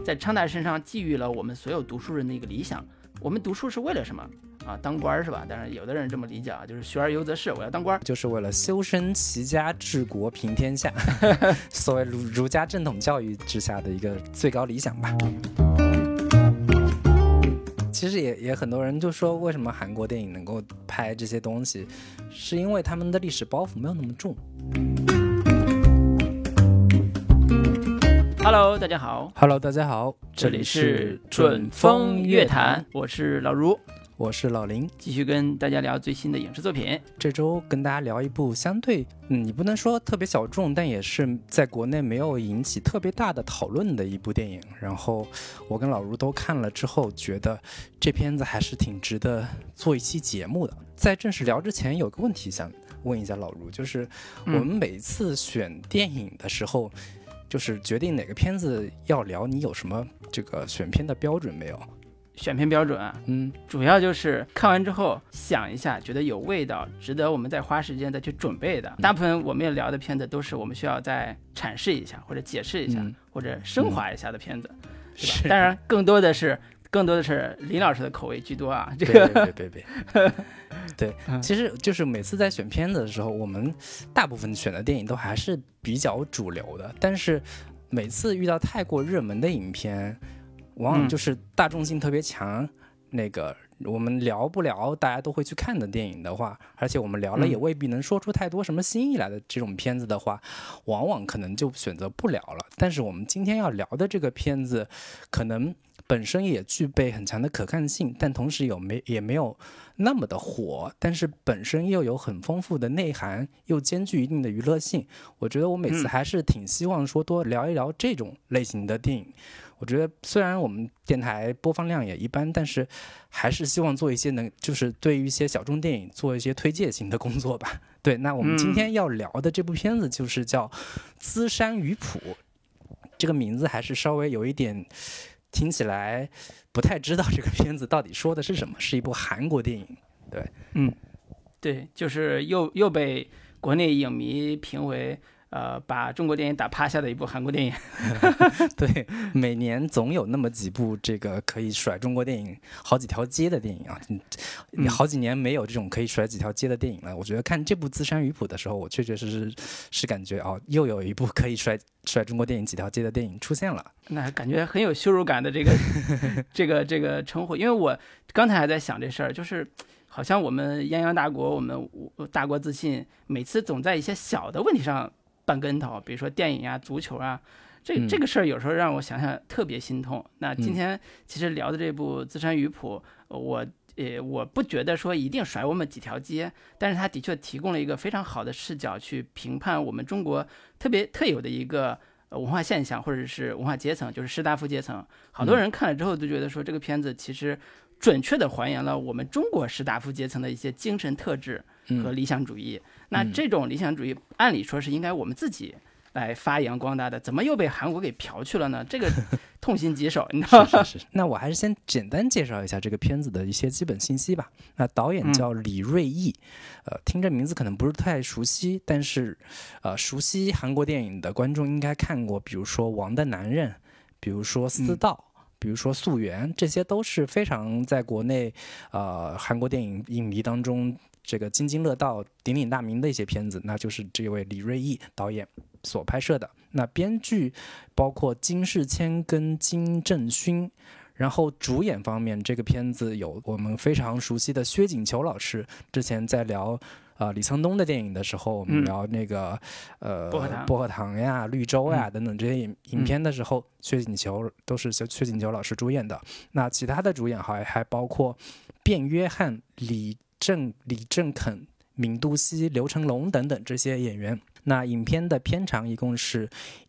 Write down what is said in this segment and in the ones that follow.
在昌大身上寄予了我们所有读书人的一个理想。我们读书是为了什么啊？当官是吧？当然有的人这么理解啊，就是学而优则仕，我要当官， 就是为了修身齐家治国平天下，所谓儒家正统教育之下的一个最高理想吧。其实也很多人就说，为什么韩国电影能够拍这些东西，是因为他们的历史包袱没有那么重。 Hello， 大家好。 Hello， 大家好， 这里是准风乐坛，我是老卢， 我是老林， 继续跟大家聊最新的影视作品。 这周跟大家聊一部相对，你不能说特别小众，但也是在国内没有引起特别大的讨论的一部电影。然后我跟老卢都看了之后，觉得这片子还是挺值得做一期节目的。在正式聊之前，有个问题想问一下老卢，就是我们每次选电影的时候，就是决定哪个片子要聊，你有什么这个选片的标准没有？ 选片标准啊，主要就是看完之后想一下，觉得有味道，值得我们再花时间再去准备的。大部分我们也聊的片子都是我们需要再阐释一下，或者解释一下，或者升华一下的片子，对吧？当然，更多的是林老师的口味居多啊。这个对，其实就是每次在选片子的时候，我们大部分选的电影都还是比较主流的，但是每次遇到太过热门的影片，往往就是大众性特别强，那个我们聊不了大家都会去看的电影的话，而且我们聊了也未必能说出太多什么新意来的这种片子的话，往往可能就选择不了了。但是我们今天要聊的这个片子，可能本身也具备很强的可看性，但同时也没有那么的火，但是本身又有很丰富的内涵，又兼具一定的娱乐性。我觉得我每次还是挺希望说多聊一聊这种类型的电影。我觉得虽然我们电台播放量也一般，但是还是希望做一些就是对于一些小众电影做一些推介型的工作吧。对，那我们今天要聊的这部片子就是叫《资山鱼谱》，这个名字还是稍微有一点听起来不太知道这个片子到底说的是什么，是一部韩国电影。对， 对，就是又被国内影迷评为把中国电影打趴下的一部韩国电影。 对，每年总有那么几部这个可以甩中国电影好几条街的电影啊，好几年没有这种可以甩几条街的电影了。我觉得看这部《资山鱼谱》的时候，我确确实实是感觉又有一部可以甩中国电影几条街的电影出现了。 那感觉很有羞辱感的这个称呼，因为我刚才还在想这事儿，就是好像我们泱泱大国，我们大国自信，每次总在一些小的问题上绊跟头，比如说电影啊、足球啊，这个事儿有时候让我想想特别心痛。那今天其实聊的这部《资山鱼谱》，我不觉得说一定甩我们几条街，但是它的确提供了一个非常好的视角去评判我们中国特有的一个文化现象，或者是文化阶层，就是士大夫阶层。好多人看了之后都觉得说这个片子其实准确地还原了我们中国士大夫阶层的一些精神特质和理想主义。那这种理想主义按理说是应该我们自己来发扬光大的，怎么又被韩国给嫖去了呢？这个痛心疾首，你知道吗？ 是。那我还是先简单介绍一下这个片子的一些基本信息吧。那导演叫李瑞义，听这名字可能不是太熟悉，但是熟悉韩国电影的观众应该看过，比如说《王的男人》，比如说《私道》。比如说《溯源》，这些都是非常在国内韩国电影影迷当中这个津津乐道、鼎鼎大名的一些片子，那就是这位李瑞义导演所拍摄的。那编剧包括金世谦跟金正勋，然后主演方面，这个片子有我们非常熟悉的薛景求老师，之前在聊李沧东的电影的时候，我们聊那个薄荷糖呀、绿洲呀等等这些影片的时候，薛景求都是薛景求老师主演的。那其他的主演还包括卞约翰、李正肯、闵杜熙、刘成龙等等这些演员。那影片的片长一共是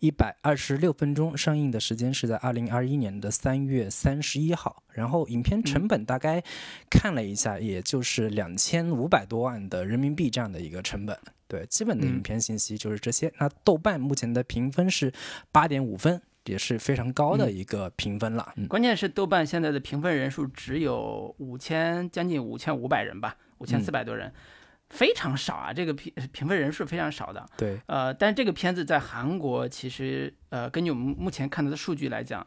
126分钟，上映的时间是在2021年的3月31号。然后影片成本大概看了一下，也就是2500多万的人民币这样的一个成本。对，基本的影片信息就是这些。那豆瓣目前的评分是8.5分，也是非常高的一个评分了。 关键是豆瓣现在的评分人数只有将近5500人吧，5400多人。非常少啊，这个评分人数非常少的。 对， 但是这个片子在韩国其实根据我们目前看到的数据来讲，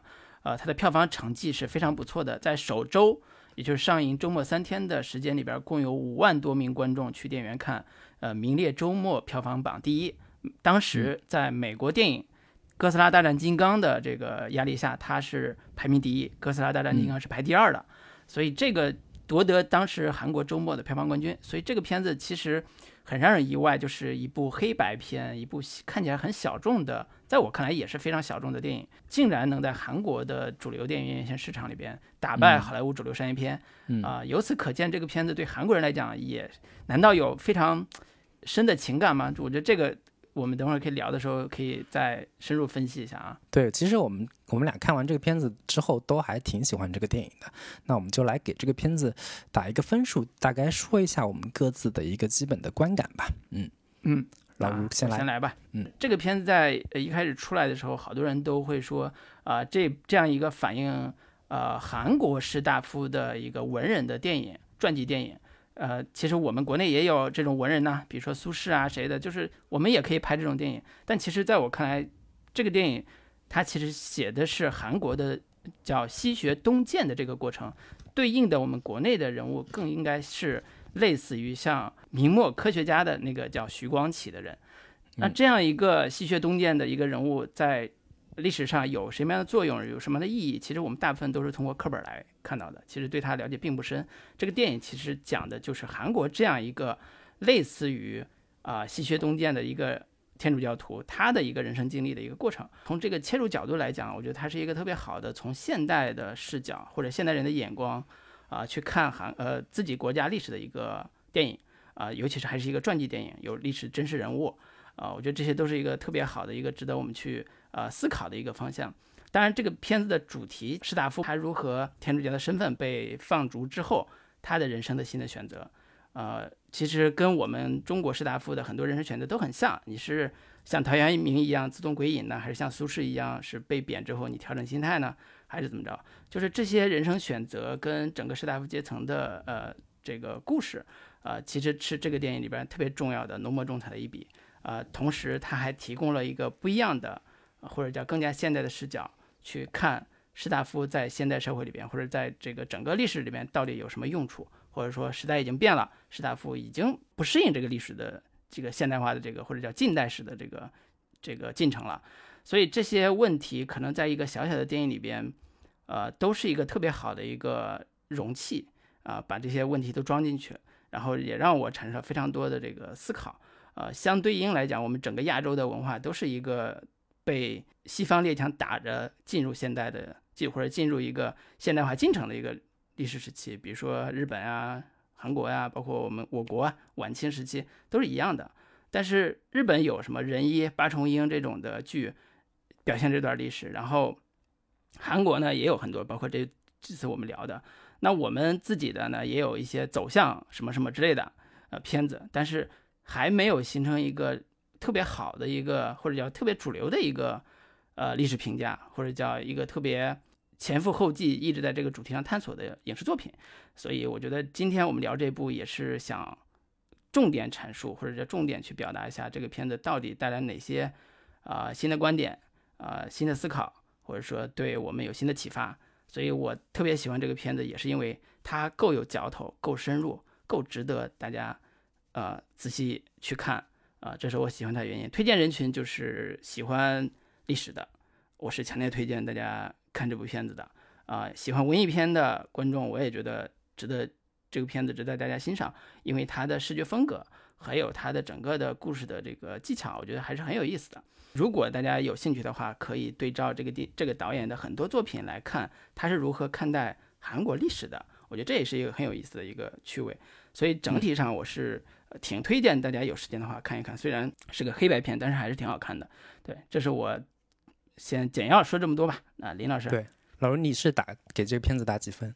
它的票房成绩是非常不错的，在首周，也就是上映周末3天的时间里边，共有5万多名观众去电影院看，名列周末票房榜第一。当时在美国电影《哥斯拉大战金刚》的这个压力下，它是排名第一，《哥斯拉大战金刚》是排第2的，所以这个夺得当时韩国周末的票房冠军。所以这个片子其实很让人意外，就是一部黑白片，一部看起来很小众的，在我看来也是非常小众的电影，竟然能在韩国的主流电影院线市场里边打败好莱坞主流商业片。由此可见，这个片子对韩国人来讲也难道有非常深的情感吗？我觉得这个我们等会儿可以聊的时候可以再深入分析一下啊。 对，其实我们俩看完这个片子之后都还挺喜欢这个电影的，那我们就来给这个片子打一个分数，大概说一下我们各自的一个基本的观感吧。老吴先来吧。这个片子在一开始出来的时候，好多人都会说这样一个反映韩国士大夫的一个文人的电影，传记电影。其实我们国内也有这种文人呐，比如说苏轼啊谁的，就是我们也可以拍这种电影。但其实在我看来，这个电影它其实写的是韩国的叫西学东渐的这个过程，对应的我们国内的人物更应该是类似于像明末科学家的那个叫徐光启的人。那这样一个西学东渐的一个人物在历史上有什么样的作用，有什么样的意义，其实我们大部分都是通过课本来看到的，其实对他了解并不深。这个电影其实讲的就是韩国这样一个类似于西学东渐的一个天主教徒，他的一个人生经历的一个过程。从这个切入角度来讲，我觉得它是一个特别好的从现代的视角或者现代人的眼光去看自己国家历史的一个电影尤其是还是一个传记电影，有历史真实人物我觉得这些都是一个特别好的一个值得我们去思考的一个方向。当然这个片子的主题士大夫他如何天主教的身份被放逐之后他的人生的新的选择其实跟我们中国士大夫的很多人生选择都很像，你是像陶渊明一样自动归隐呢，还是像苏轼一样是被贬之后你调整心态呢，还是怎么着？就是这些人生选择跟整个士大夫阶层的这个故事其实是这个电影里边特别重要的浓墨重彩的一笔同时它还提供了一个不一样的或者叫更加现代的视角去看士大夫在现代社会里边或者在这个整个历史里边到底有什么用处，或者说时代已经变了，士大夫已经不适应这个历史的这个现代化的这个或者叫近代史的这个进程了。所以这些问题可能在一个小小的电影里边都是一个特别好的一个容器把这些问题都装进去，然后也让我产生了非常多的这个思考相对应来讲，我们整个亚洲的文化都是一个被西方列强打着进入现代的或者进入一个现代化进程的一个历史时期，比如说日本韩国包括我国晚清时期都是一样的。但是日本有什么仁医八重樱这种的剧表现这段历史，然后韩国呢也有很多，包括这次我们聊的，那我们自己的呢也有一些走向什么什么之类的片子，但是还没有形成一个特别好的一个或者叫特别主流的一个历史评价，或者叫一个特别前赴后继一直在这个主题上探索的影视作品。所以我觉得今天我们聊这部也是想重点阐述或者叫重点去表达一下这个片子到底带来哪些新的观点新的思考，或者说对我们有新的启发。所以我特别喜欢这个片子，也是因为它够有嚼头，够深入，够值得大家仔细去看这是我喜欢它的原因。推荐人群就是喜欢历史的，我是强烈推荐大家看这部片子的喜欢文艺片的观众我也觉得这个片子值得大家欣赏，因为它的视觉风格还有它的整个的故事的这个技巧我觉得还是很有意思的。如果大家有兴趣的话，可以对照这个导演的很多作品来看他是如何看待韩国历史的，我觉得这也是一个很有意思的一个趣味。所以整体上我是挺推荐大家有时间的话看一看，虽然是个黑白片，但是还是挺好看的。对，这是我先简要说这么多吧。那林老师， 对，老师你是给这个片子打几分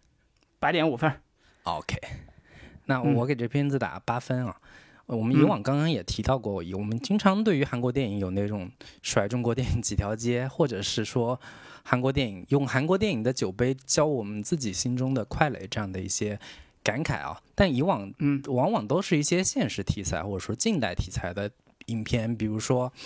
？8.5分。 OK， 那我给这片子打8分我们以往刚刚也提到过，我们经常对于韩国电影有那种甩中国电影几条街，或者是说韩国电影用韩国电影的酒杯浇我们自己心中的快垒这样的一些感慨但以往往往都是一些现实题材或者说近代题材的影片，比如说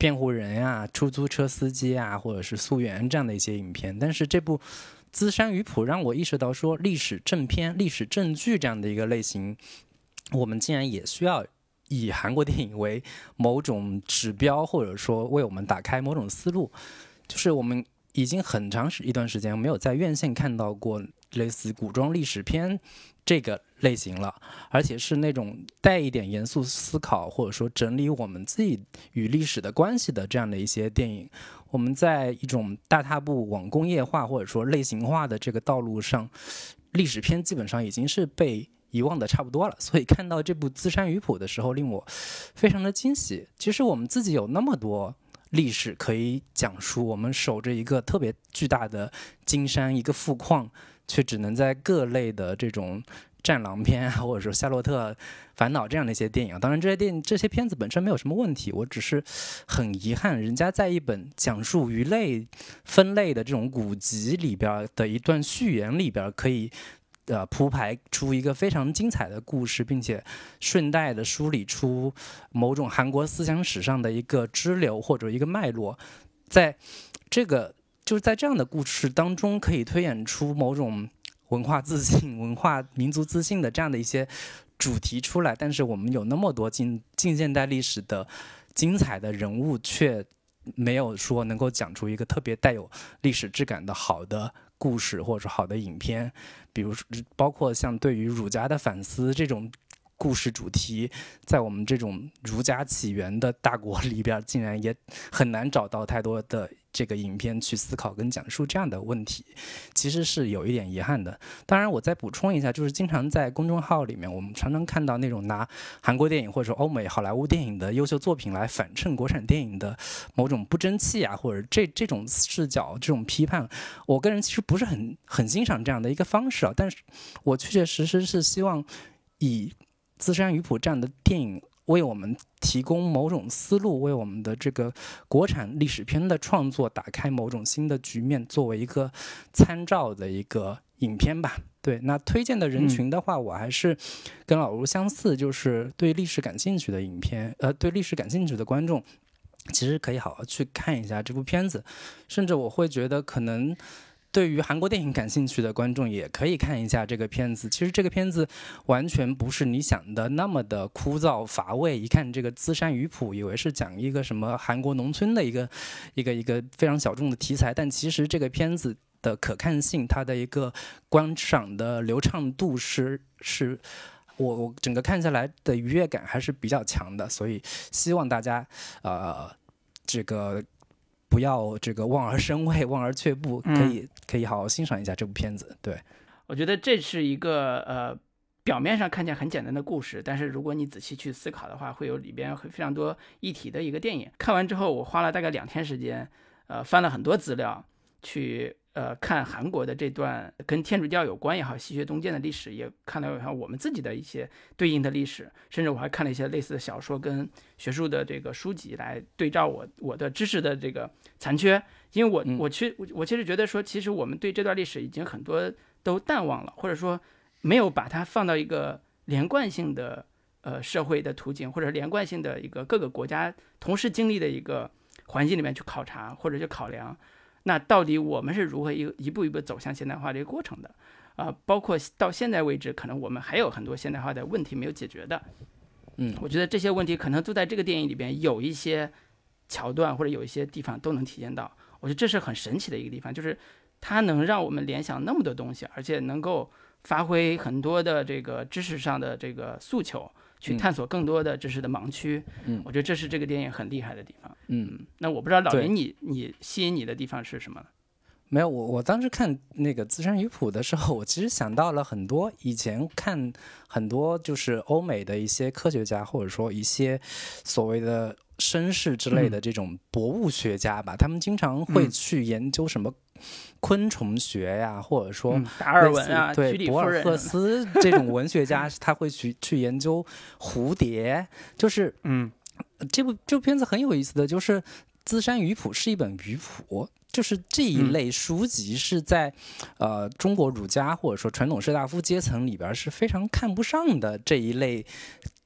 辩护人呀、出租车司机啊，或者是溯源这样的一些影片。但是这部《资山鱼谱》让我意识到说，历史正片、历史正剧这样的一个类型，我们竟然也需要以韩国电影为某种指标，或者说为我们打开某种思路。就是我们已经很长一段时间没有在院线看到过类似古装历史片这个类型了，而且是那种带一点严肃思考，或者说整理我们自己与历史的关系的这样的一些电影。我们在一种大踏步往工业化或者说类型化的这个道路上，历史片基本上已经是被遗忘的差不多了。所以看到这部《资山鱼谱》的时候，令我非常的惊喜。其实我们自己有那么多历史可以讲述，我们守着一个特别巨大的金山，一个富矿，却只能在各类的这种战狼片啊，或者说夏洛特烦恼这样的一些电影。当然这些片子本身没有什么问题，我只是很遗憾人家在一本讲述鱼类分类的这种古籍里边的一段序言里边可以铺排出一个非常精彩的故事，并且顺带的梳理出某种韩国思想史上的一个支流或者一个脉络。在这个就是在这样的故事当中，可以推演出某种文化自信、文化民族自信的这样的一些主题出来。但是我们有那么多近现代历史的精彩的人物，却没有说能够讲出一个特别带有历史质感的好的故事或者好的影片。比如包括像对于儒家的反思这种故事主题，在我们这种儒家起源的大国里边，竟然也很难找到太多的这个影片去思考跟讲述这样的问题，其实是有一点遗憾的。当然我再补充一下，就是经常在公众号里面我们常常看到那种拿韩国电影或者说欧美好莱坞电影的优秀作品来反衬国产电影的某种不争气啊，或者这种视角这种批判，我个人其实不是很欣赏这样的一个方式啊。但是我确确实实是希望以资山鱼谱这样的电影为我们提供某种思路，为我们的这个国产历史片的创作打开某种新的局面，作为一个参照的一个影片吧。对，那推荐的人群的话，我还是跟老卢相似，就是对历史感兴趣的影片，对历史感兴趣的观众，其实可以好好去看一下这部片子。甚至我会觉得可能对于韩国电影感兴趣的观众也可以看一下这个片子。其实这个片子完全不是你想的那么的枯燥乏味，一看这个资山鱼谱以为是讲一个什么韩国农村的一个非常小众的题材，但其实这个片子的可看性，它的一个观赏的流畅度是我整个看下来的愉悦感还是比较强的。所以希望大家这个不要这个望而生畏，望而却步，可以好好欣赏一下这部片子。对， 我觉得这是一个表面上看起来很简单的故事，但是如果你仔细去思考的话，会有里边非常多议题的一个电影。看完之后，我花了大概2天时间，翻了很多资料去看韩国的这段跟天主教有关也好，西学东渐的历史，也看到我们自己的一些对应的历史，甚至我还看了一些类似的小说跟学术的这个书籍来对照我的知识的这个残缺。因为我其实觉得说，其实我们对这段历史已经很多都淡忘了，或者说没有把它放到一个连贯性的社会的途径，或者连贯性的一个各个国家同时经历的一个环境里面去考察或者去考量。那到底我们是如何一步一步走向现代化这个过程的？包括到现在为止，可能我们还有很多现代化的问题没有解决的。我觉得这些问题可能都在这个电影里边有一些桥段或者有一些地方都能体现到。我觉得这是很神奇的一个地方，就是它能让我们联想那么多东西，而且能够发挥很多的这个知识上的这个诉求，去探索更多的知识的盲区。我觉得这是这个电影很厉害的地方。那我不知道老林你吸引你的地方是什么？ 没有，我当时看那个资山鱼谱的时候，我其实想到了很多以前看很多就是欧美的一些科学家，或者说一些所谓的绅士之类的这种博物学家吧，他们经常会去研究什么昆虫学呀，或者说达尔文啊， 对，博尔赫斯这种文学家，他会去研究蝴蝶。就是这部片子很有意思的就是资山鱼谱是一本鱼谱，就是这一类书籍是在中国儒家或者说传统士大夫阶层里边是非常看不上的这一类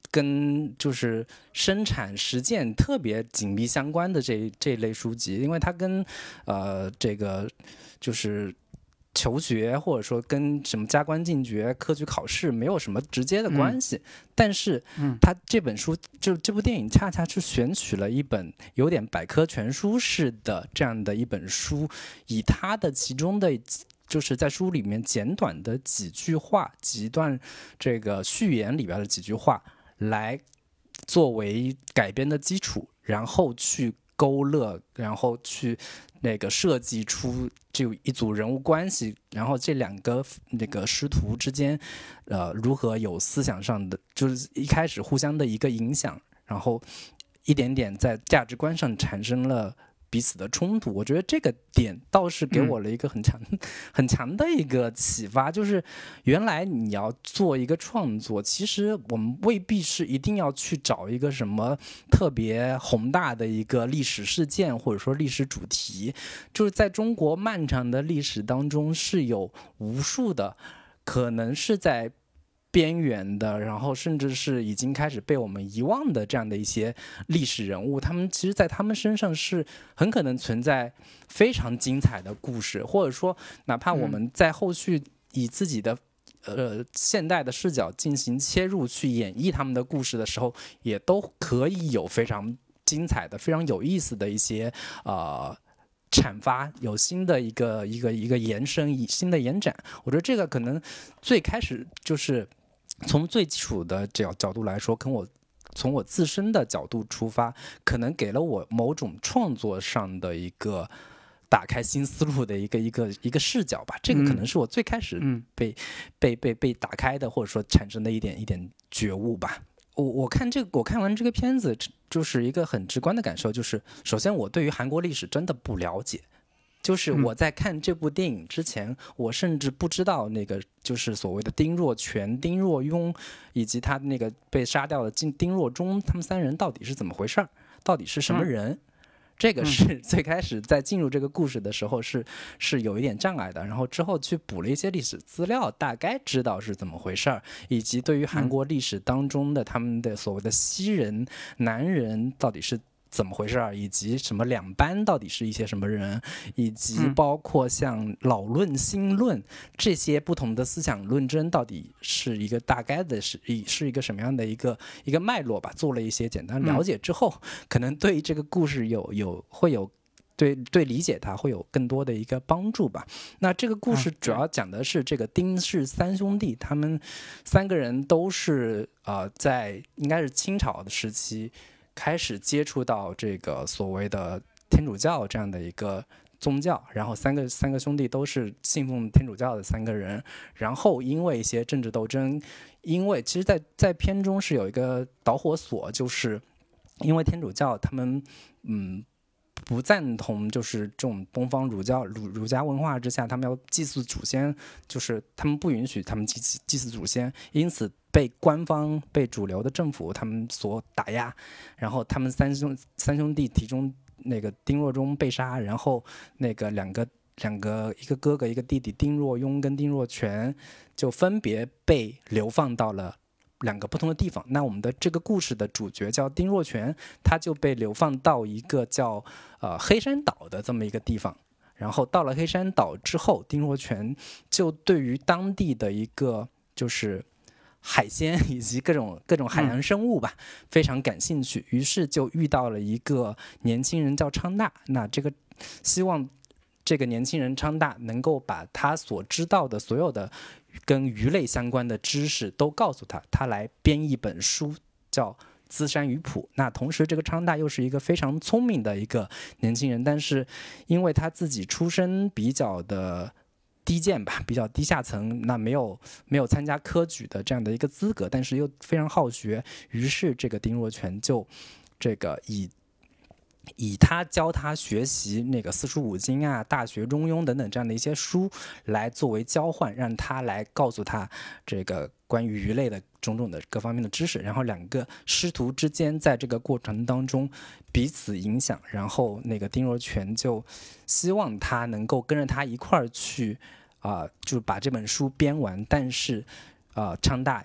跟就是生产实践特别紧密相关的这一类书籍，因为它跟这个就是求学或者说跟什么加官进爵、科举考试没有什么直接的关系，但是它这本书就这部电影恰恰是选取了一本有点百科全书式的这样的一本书，以它的其中的就是在书里面简短的几句话、几段这个序言里边的几句话来作为改编的基础，然后去勾勒，然后去那个设计出就一组人物关系，然后这两个那个师徒之间，如何有思想上的，就是一开始互相的一个影响，然后一点点在价值观上产生了彼此的冲突。我觉得这个点倒是给我了一个很强的一个启发，就是原来你要做一个创作，其实我们未必是一定要去找一个什么特别宏大的一个历史事件或者说历史主题，就是在中国漫长的历史当中是有无数的可能是在边缘的，然后甚至是已经开始被我们遗忘的这样的一些历史人物，他们其实在他们身上是很可能存在非常精彩的故事，或者说哪怕我们在后续以自己的现代的视角进行切入去演绎他们的故事的时候，也都可以有非常精彩的非常有意思的一些阐发，有新的一个延伸，新的延展。我觉得这个可能最开始就是从最基础的角度来说，从我自身的角度出发，可能给了我某种创作上的一个打开新思路的一个视角吧。这个可能是我最开始被打开的，或者说产生的一点觉悟吧。我看完这个片子，就是一个很直观的感受，就是首先我对于韩国历史真的不了解。就是我在看这部电影之前，我甚至不知道那个就是所谓的丁若全、丁若雍以及他那个被杀掉的丁若中，他们三人到底是怎么回事，到底是什么人。这个是最开始在进入这个故事的时候是有一点障碍的，然后之后去补了一些历史资料，大概知道是怎么回事，以及对于韩国历史当中的他们的所谓的西人、南人到底是怎么回事，以及什么两班到底是一些什么人，以及包括像老论新论这些不同的思想论争到底是一个大概的是一个什么样的一个脉络吧，做了一些简单了解之后，可能对这个故事会有对理解它会有更多的一个帮助吧。那这个故事主要讲的是这个丁氏三兄弟，他们三个人都是在应该是清朝的时期开始接触到这个所谓的天主教这样的一个宗教，然后三个兄弟都是信奉天主教的三个人，然后因为一些政治斗争，因为其实在片中是有一个导火索，就是因为天主教他们不赞同就是这种东方儒家文化之下，他们要祭祀祖先，就是他们不允许他们祭祀祖先，因此被官方被主流的政府他们所打压，然后他们三兄弟其中那个丁若中被杀，然后那个两个一个哥哥一个弟弟丁若雍跟丁若全就分别被流放到了两个不同的地方。那我们的这个故事的主角叫丁若全，他就被流放到一个叫黑山岛的这么一个地方。然后到了黑山岛之后，丁若全就对于当地的一个就是海鲜以及各种海洋生物吧，非常感兴趣，于是就遇到了一个年轻人叫昌大。那这个希望这个年轻人昌大能够把他所知道的所有的跟鱼类相关的知识都告诉他，他来编一本书叫《资山鱼谱》。那同时这个昌大又是一个非常聪明的一个年轻人，但是因为他自己出身比较的低贱吧，比较低下层，那没有参加科举的这样的一个资格，但是又非常好学，于是这个丁若全就这个以他教他学习那个四书五经啊、大学、中庸等等这样的一些书来作为交换，让他来告诉他这个关于鱼类的种种的各方面的知识，然后两个师徒之间在这个过程当中彼此影响，然后那个丁若全就希望他能够跟着他一块儿去就把这本书编完，但是昌大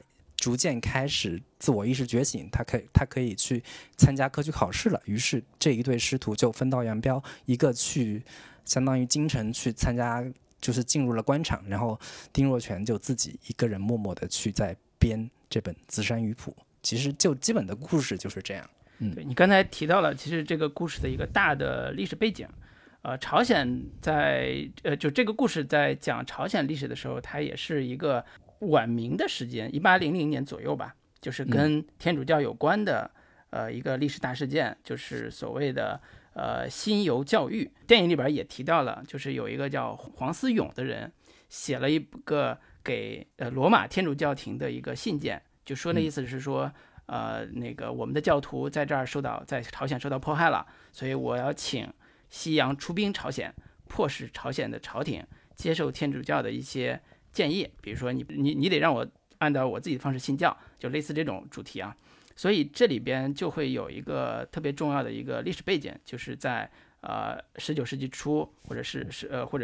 逐渐开始自我意识觉醒，他可以去参加科举考试了。于是这一对师徒就分道扬镳，一个去相当于京城去参加，就是进入了官场，然后丁若泉就自己一个人默默的去在编这本《资山鱼谱》。其实就基本的故事就是这样。 对，你刚才提到了，其实这个故事的一个大的历史背景。朝鲜就这个故事在讲朝鲜历史的时候，它也是一个晚明的时间，1800年左右吧，就是跟天主教有关的一个历史大事件，就是所谓的新犹教育。电影里边也提到了，就是有一个叫黄思勇的人写了一个给罗马天主教廷的一个信件，就说那意思是说那个我们的教徒在朝鲜受到迫害了，所以我要请西洋出兵朝鲜，迫使朝鲜的朝廷接受天主教的一些建议，比如说你得让我按照我自己的方式信教，就类似这种主题啊。所以这里边就会有一个特别重要的一个历史背景，就是在19世纪初或者是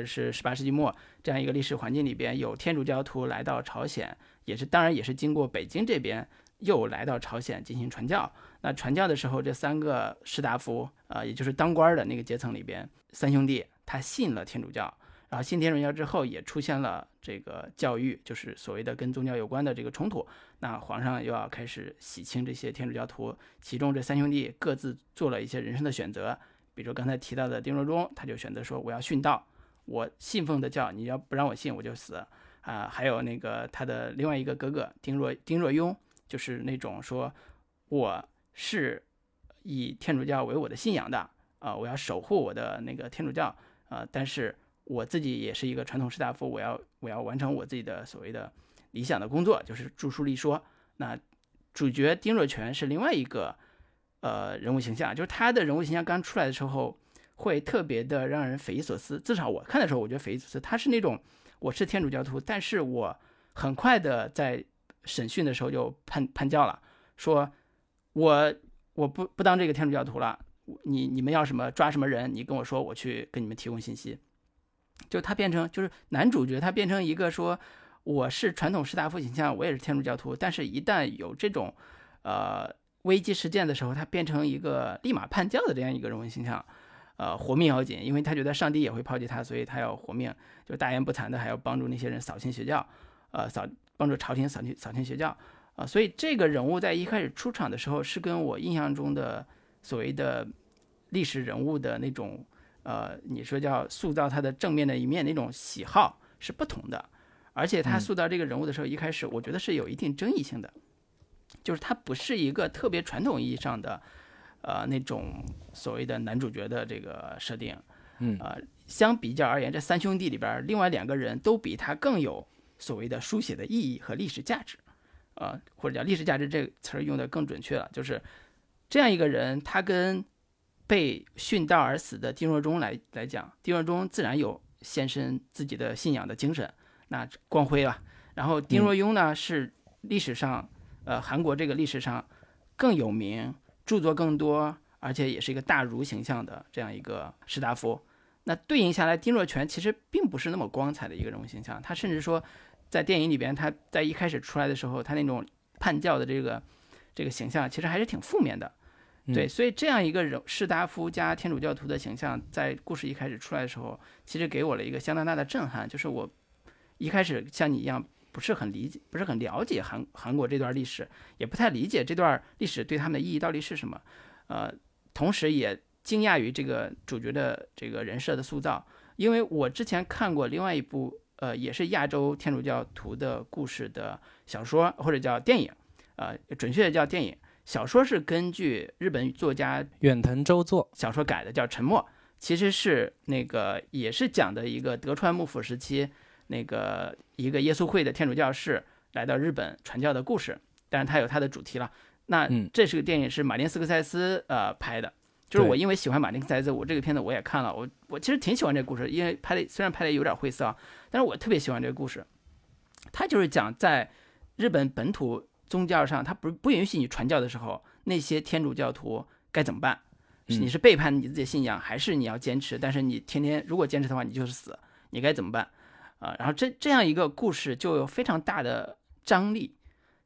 18世纪末这样一个历史环境里边，有天主教徒来到朝鲜，当然也是经过北京这边又来到朝鲜进行传教。那传教的时候，这3个士大夫也就是当官的那个阶层里边，3兄弟他信了天主教，然后信天主教之后也出现了这个教育，就是所谓的跟宗教有关的这个冲突。那皇上又要开始洗清这些天主教徒，其中这3兄弟各自做了一些人生的选择，比如刚才提到的丁若中，他就选择说我要殉道，我信奉的教你要不让我信我就死还有那个他的另外一个哥哥丁若雍，就是那种说我是以天主教为我的信仰的我要守护我的那个天主教但是我自己也是一个传统士大夫，我要完成我自己的所谓的理想的工作，就是著书立说。那主角丁若泉是另外一个人物形象，就是他的人物形象刚出来的时候会特别的让人匪夷所思，至少我看的时候我觉得匪夷所思。他是那种我是天主教徒，但是我很快的在审讯的时候就叛教了，说我不当这个天主教徒了，你们要什么抓什么人，你跟我说，我去跟你们提供信息。就他变成就是男主角，他变成一个说我是传统士大夫形象，我也是天主教徒，但是一旦有这种危机事件的时候，他变成一个立马叛教的这样一个人物形象。活命要紧，因为他觉得上帝也会抛弃他，所以他要活命，就大言不惭的还要帮助那些人扫清邪教，帮助朝廷扫清邪教所以这个人物在一开始出场的时候，是跟我印象中的所谓的历史人物的那种你说叫塑造他的正面的一面那种喜好是不同的。而且他塑造这个人物的时候，一开始我觉得是有一定争议性的，就是他不是一个特别传统意义上的那种所谓的男主角的这个设定。相比较而言，这3兄弟里边另外2个人都比他更有所谓的书写的意义和历史价值。或者叫历史价值这个词儿用的更准确了，就是这样一个人，他跟被殉道而死的丁若中来讲，丁若中自然有献身自己的信仰的精神，那光辉了。然后丁若雍呢，是历史上韩国这个历史上更有名，著作更多，而且也是一个大儒形象的这样一个士大夫。那对应下来，丁若泉其实并不是那么光彩的一个人物形象，他甚至说在电影里边，他在一开始出来的时候，他那种叛教的这个形象其实还是挺负面的。对，所以这样一个士大夫加天主教徒的形象，在故事一开始出来的时候，其实给我了一个相当大的震撼。就是我一开始像你一样，不是很了解韩国这段历史，也不太理解这段历史对他们的意义到底是什么。同时也惊讶于这个主角的这个人设的塑造，因为我之前看过另外一部也是亚洲天主教徒的故事的小说或者叫电影，准确的叫电影。小说是根据日本作家远藤周作小说改的，叫《沉默》，其实是那个也是讲的一个德川幕府时期那个一个耶稣会的天主教士来到日本传教的故事，但是它有它的主题了。那这是个电影是马丁斯科塞斯拍的，就是我因为喜欢马丁斯科塞斯，我这个片子我也看了，我其实挺喜欢这个故事，因为虽然拍的有点晦涩，但是我特别喜欢这个故事。它就是讲在日本本土宗教上，他不允许你传教的时候，那些天主教徒该怎么办？你是背叛你自己的信仰，还是你要坚持？但是你天天如果坚持的话，你就是死，你该怎么办？然后这样一个故事就有非常大的张力，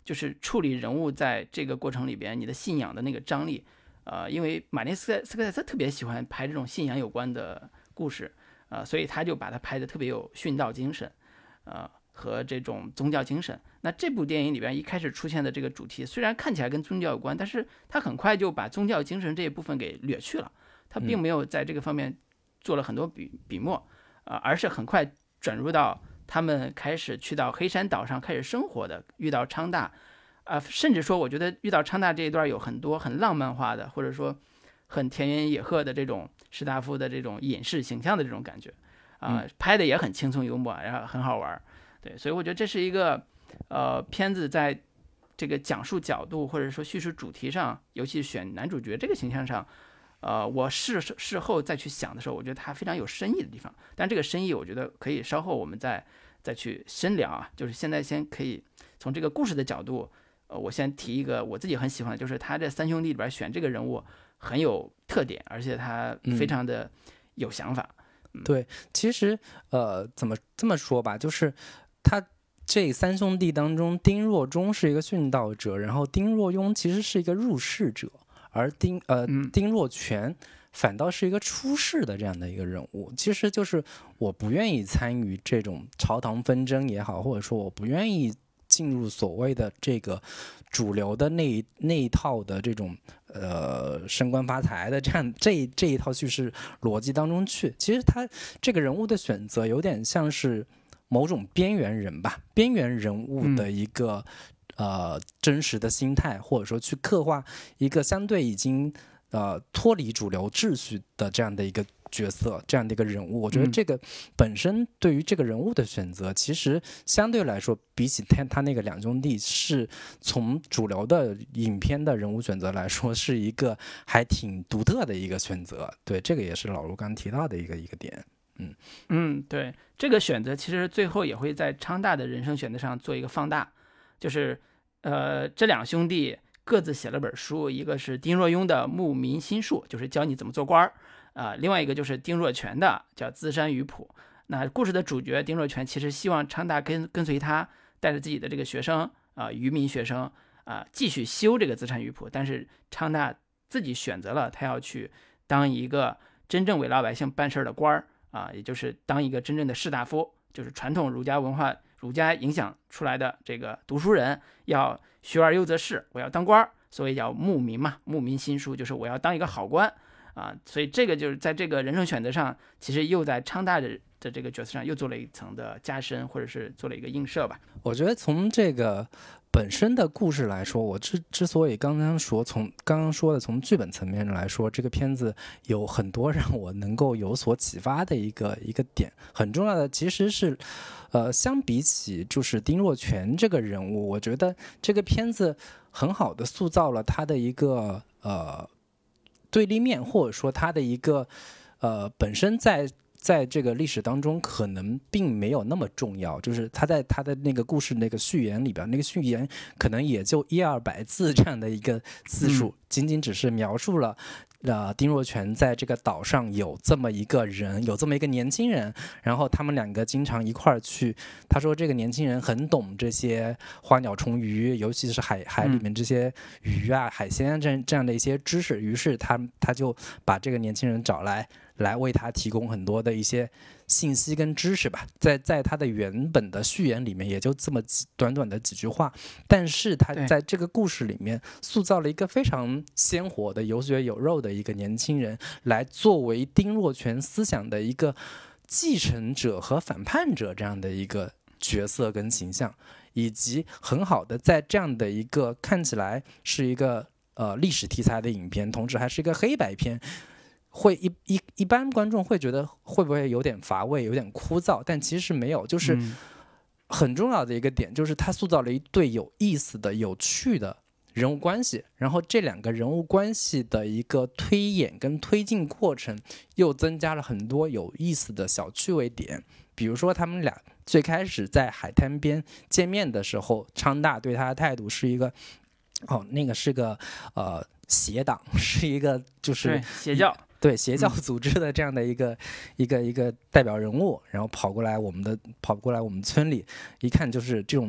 就是处理人物在这个过程里边你的信仰的那个张力。因为马丁斯科塞斯特别喜欢拍这种信仰有关的故事，所以他就把它拍得特别有殉道精神，和这种宗教精神。那这部电影里边一开始出现的这个主题，虽然看起来跟宗教有关，但是他很快就把宗教精神这一部分给掠去了，他并没有在这个方面做了很多笔墨，而是很快转入到他们开始去到黑山岛上开始生活的，遇到昌大。甚至说我觉得遇到昌大这一段有很多很浪漫化的，或者说很田园野鹤的这种士大夫的这种隐士形象的这种感觉，拍的也很轻松幽默，然后很好玩。对，所以我觉得这是一个片子在这个讲述角度或者说叙事主题上，尤其选男主角这个形象上，我事后再去想的时候，我觉得它非常有深意的地方。但这个深意我觉得可以稍后我们再去深聊啊，就是现在先可以从这个故事的角度。我先提一个我自己很喜欢的，就是他这三兄弟里边选这个人物很有特点，而且他非常的有想法。 对，其实怎么这么说吧，就是他这三兄弟当中，丁若中是一个殉道者，然后丁若庸其实是一个入世者，而丁若全反倒是一个出世的这样的一个人物。其实就是我不愿意参与这种朝堂纷争也好，或者说我不愿意进入所谓的这个主流的那一套的这种升官发财的这一套叙事逻辑当中去。其实他这个人物的选择有点像是某种边缘人吧，边缘人物的一个真实的心态，或者说去刻画一个相对已经脱离主流秩序的这样的一个角色，这样的一个人物。我觉得这个本身对于这个人物的选择，其实相对来说比起他那个两兄弟，是从主流的影片的人物选择来说，是一个还挺独特的一个选择。对，这个也是老卢刚提到的一个点。 对，这个选择其实最后也会在昌大的人生选择上做一个放大，就是这两兄弟各自写了本书，一个是丁若庸的《牧民心术》，就是教你怎么做官儿，另外一个就是丁若全的叫《资山鱼谱》。那故事的主角丁若全其实希望昌大跟随他，带着自己的这个学生渔民学生继续修这个资山鱼谱，但是昌大自己选择了他要去当一个真正为老百姓办事的官儿也就是当一个真正的士大夫，就是传统儒家文化、儒家影响出来的这个读书人，要学而优则仕，我要当官，所以叫牧民嘛，牧民心术，就是我要当一个好官所以这个就是在这个人生选择上，其实又在昌大的这个角色上又做了一层的加深，或者是做了一个映射吧。 我觉得从这个本身的故事来说，我之所以刚刚说从剧本层面来说，这个片子有很多让我能够有所启发的一个点，很重要的其实是相比起就是丁若全这个人物，我觉得这个片子很好的塑造了他的一个对立面，或者说他的一个本身在这个历史当中可能并没有那么重要，就是他在他的那个故事那个序言里边，那个序言可能也就100-200字这样的一个字数，仅仅只是描述了丁若全在这个岛上有这么一个人，有这么一个年轻人，然后他们两个经常一块儿去。他说这个年轻人很懂这些花鸟虫鱼，尤其是海里面这些鱼海鲜这样的一些知识。于是他就把这个年轻人找来为他提供很多的一些信息跟知识吧。在他的原本的序言里面也就这么短短的几句话，但是他在这个故事里面塑造了一个非常鲜活的有血有肉的一个年轻人，来作为丁若全思想的一个继承者和反叛者这样的一个角色跟形象，以及很好的在这样的一个看起来是一个历史题材的影片，同时还是一个黑白片，会一般观众会觉得会不会有点乏味，有点枯燥，但其实没有，就是很重要的一个点，就是他塑造了一对有意思的有趣的人物关系，然后这两个人物关系的一个推演跟推进过程又增加了很多有意思的小趣味点。比如说他们俩最开始在海滩边见面的时候，昌大对他的态度是一个那个是个邪党，是一个就是邪教， 对邪教组织的这样的一个代表人物，然后跑过来我们村里，一看就是这种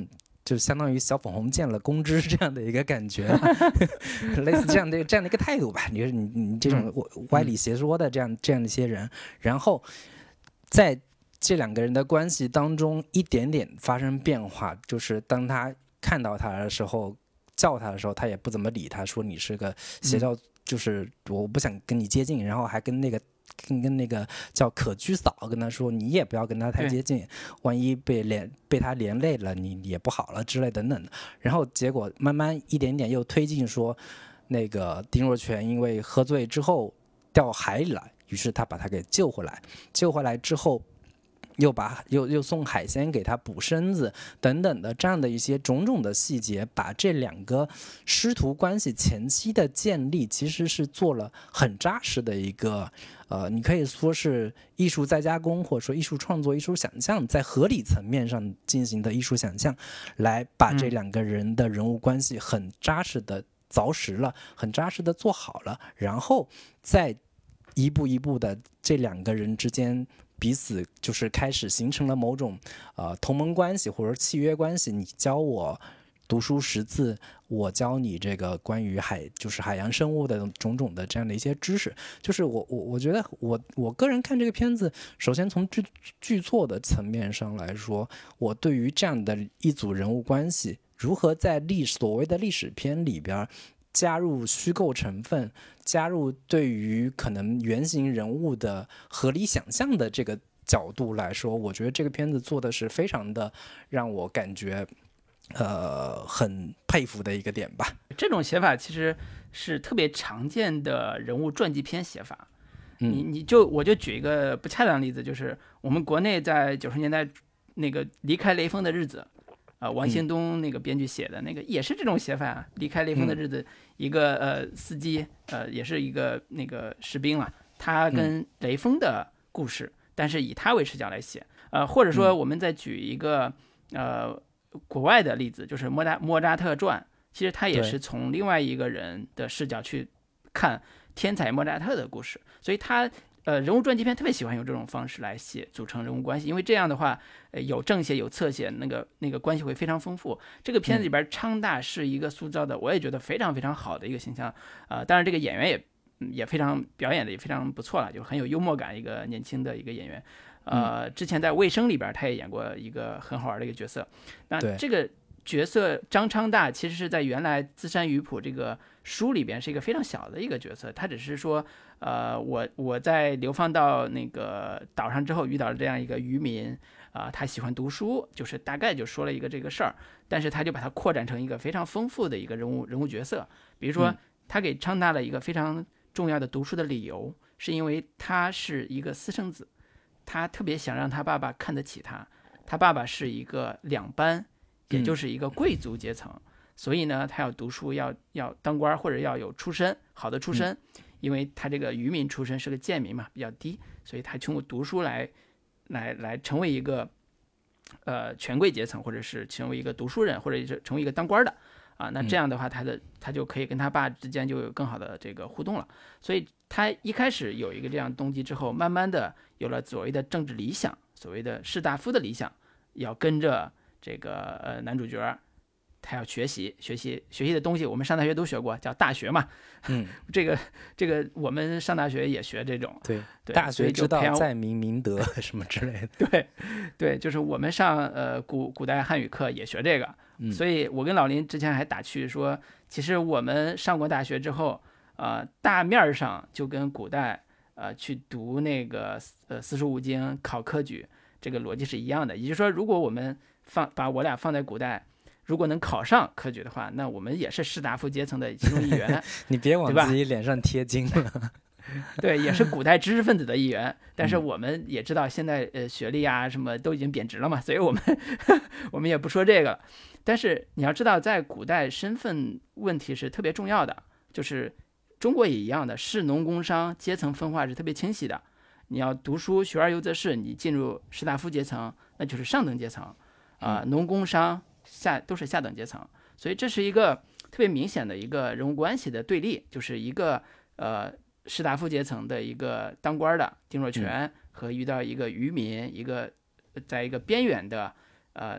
就相当于小粉红见了公知这样的一个感觉，类似这样的一个态度吧。你这种歪理邪说的这样的一些人，然后在这两个人的关系当中一点点发生变化，就是当他看到他的时候，叫他的时候，他也不怎么理他，说你是个邪教，就是我不想跟你接近，然后还跟那个叫可居嫂跟他说，你也不要跟他太接近，万一被他连累了，你也不好了之类等等的。然后结果慢慢一点点又推进说，那个丁若全因为喝醉之后掉海里来，于是他把他给救回来之后。又送海鲜给他补身子等等的这样的一些种种的细节，把这两个师徒关系前期的建立其实是做了很扎实的一个你可以说是艺术再加工，或者说艺术创作、艺术想象，在合理层面上进行的艺术想象，来把这两个人的人物关系很扎实的凿实了，很扎实的做好了，然后再一步一步的这两个人之间彼此就是开始形成了某种同盟关系或者契约关系，你教我读书识字，我教你这个关于海洋生物的种种的这样的一些知识。就是我觉得我个人看这个片子，首先从剧作的层面上来说，我对于这样的一组人物关系如何在所谓的历史片里边加入虚构成分，加入对于可能原型人物的合理想象的这个角度来说，我觉得这个片子做的是非常的让我感觉很佩服的一个点吧。 这种写法其实是特别常见的人物传记片写法。我就举一个不恰当的例子，就是我们国内在90年代那个离开雷锋的日子。王兴东那个编剧写的那个也是这种写法啊。离开雷锋的日子，一个司机，也是一个那个士兵嘛，他跟雷锋的故事，但是以他为视角来写。或者说我们再举一个国外的例子，就是莫扎特传，其实他也是从另外一个人的视角去看天才莫扎特的故事，所以他人物传记片特别喜欢用这种方式来写组成人物关系，因为这样的话，有正写有侧写，那个关系会非常丰富。这个片子里边昌大是一个塑造的，我也觉得非常非常好的一个形象。当然这个演员也非常表演的也非常不错了，就很有幽默感，一个年轻的一个演员。之前在《卫生》里边他也演过一个很好玩的一个角色。那这个角色张昌大其实是在原来《资山鱼谱》这个书里边是一个非常小的一个角色，他只是说我在流放到那个岛上之后遇到了这样一个渔民他喜欢读书，就是大概就说了一个这个事儿，但是他就把它扩展成一个非常丰富的一个人物角色。比如说他给昌大了一个非常重要的读书的理由，是因为他是一个私生子，他特别想让他爸爸看得起他，他爸爸是一个两班，也就是一个贵族阶层，所以呢他要读书，要当官或者要有出身，好的出身。因为他这个渔民出身是个贱民嘛，比较低，所以他通过读书来成为一个权贵阶层，或者是成为一个读书人，或者是成为一个当官的那这样的话他就可以跟他爸之间就有更好的这个互动了。所以他一开始有一个这样动机之后，慢慢的有了所谓的政治理想，所谓的士大夫的理想，要跟着这个男主角他要学习的东西，我们上大学都学过，叫大学嘛。这个我们上大学也学这种。 对，大学之道在明明德什么之类的。对，就是我们上古代汉语课也学这个。所以我跟老林之前还打趣说，其实我们上过大学之后，大面上就跟古代去读那个四书五经考科举这个逻辑是一样的。也就是说，如果我们把我俩放在古代，如果能考上科举的话，那我们也是士大夫阶层的其中一员。 你别往自己脸上贴金了。 对，也是古代知识分子的一员。但是我们也知道现在学历啊什么都已经贬值了嘛，所以我们也不说这个。但是你要知道，在古代身份问题是特别重要的，就是中国也一样的，士农工商阶层分化是特别清晰的。你要读书学而优则仕，你进入士大夫阶层，那就是上等阶层农工商都是下等阶层。所以这是一个特别明显的一个人物关系的对立，就是一个士大夫阶层的一个当官的丁若全和遇到一个渔民，在一个边远的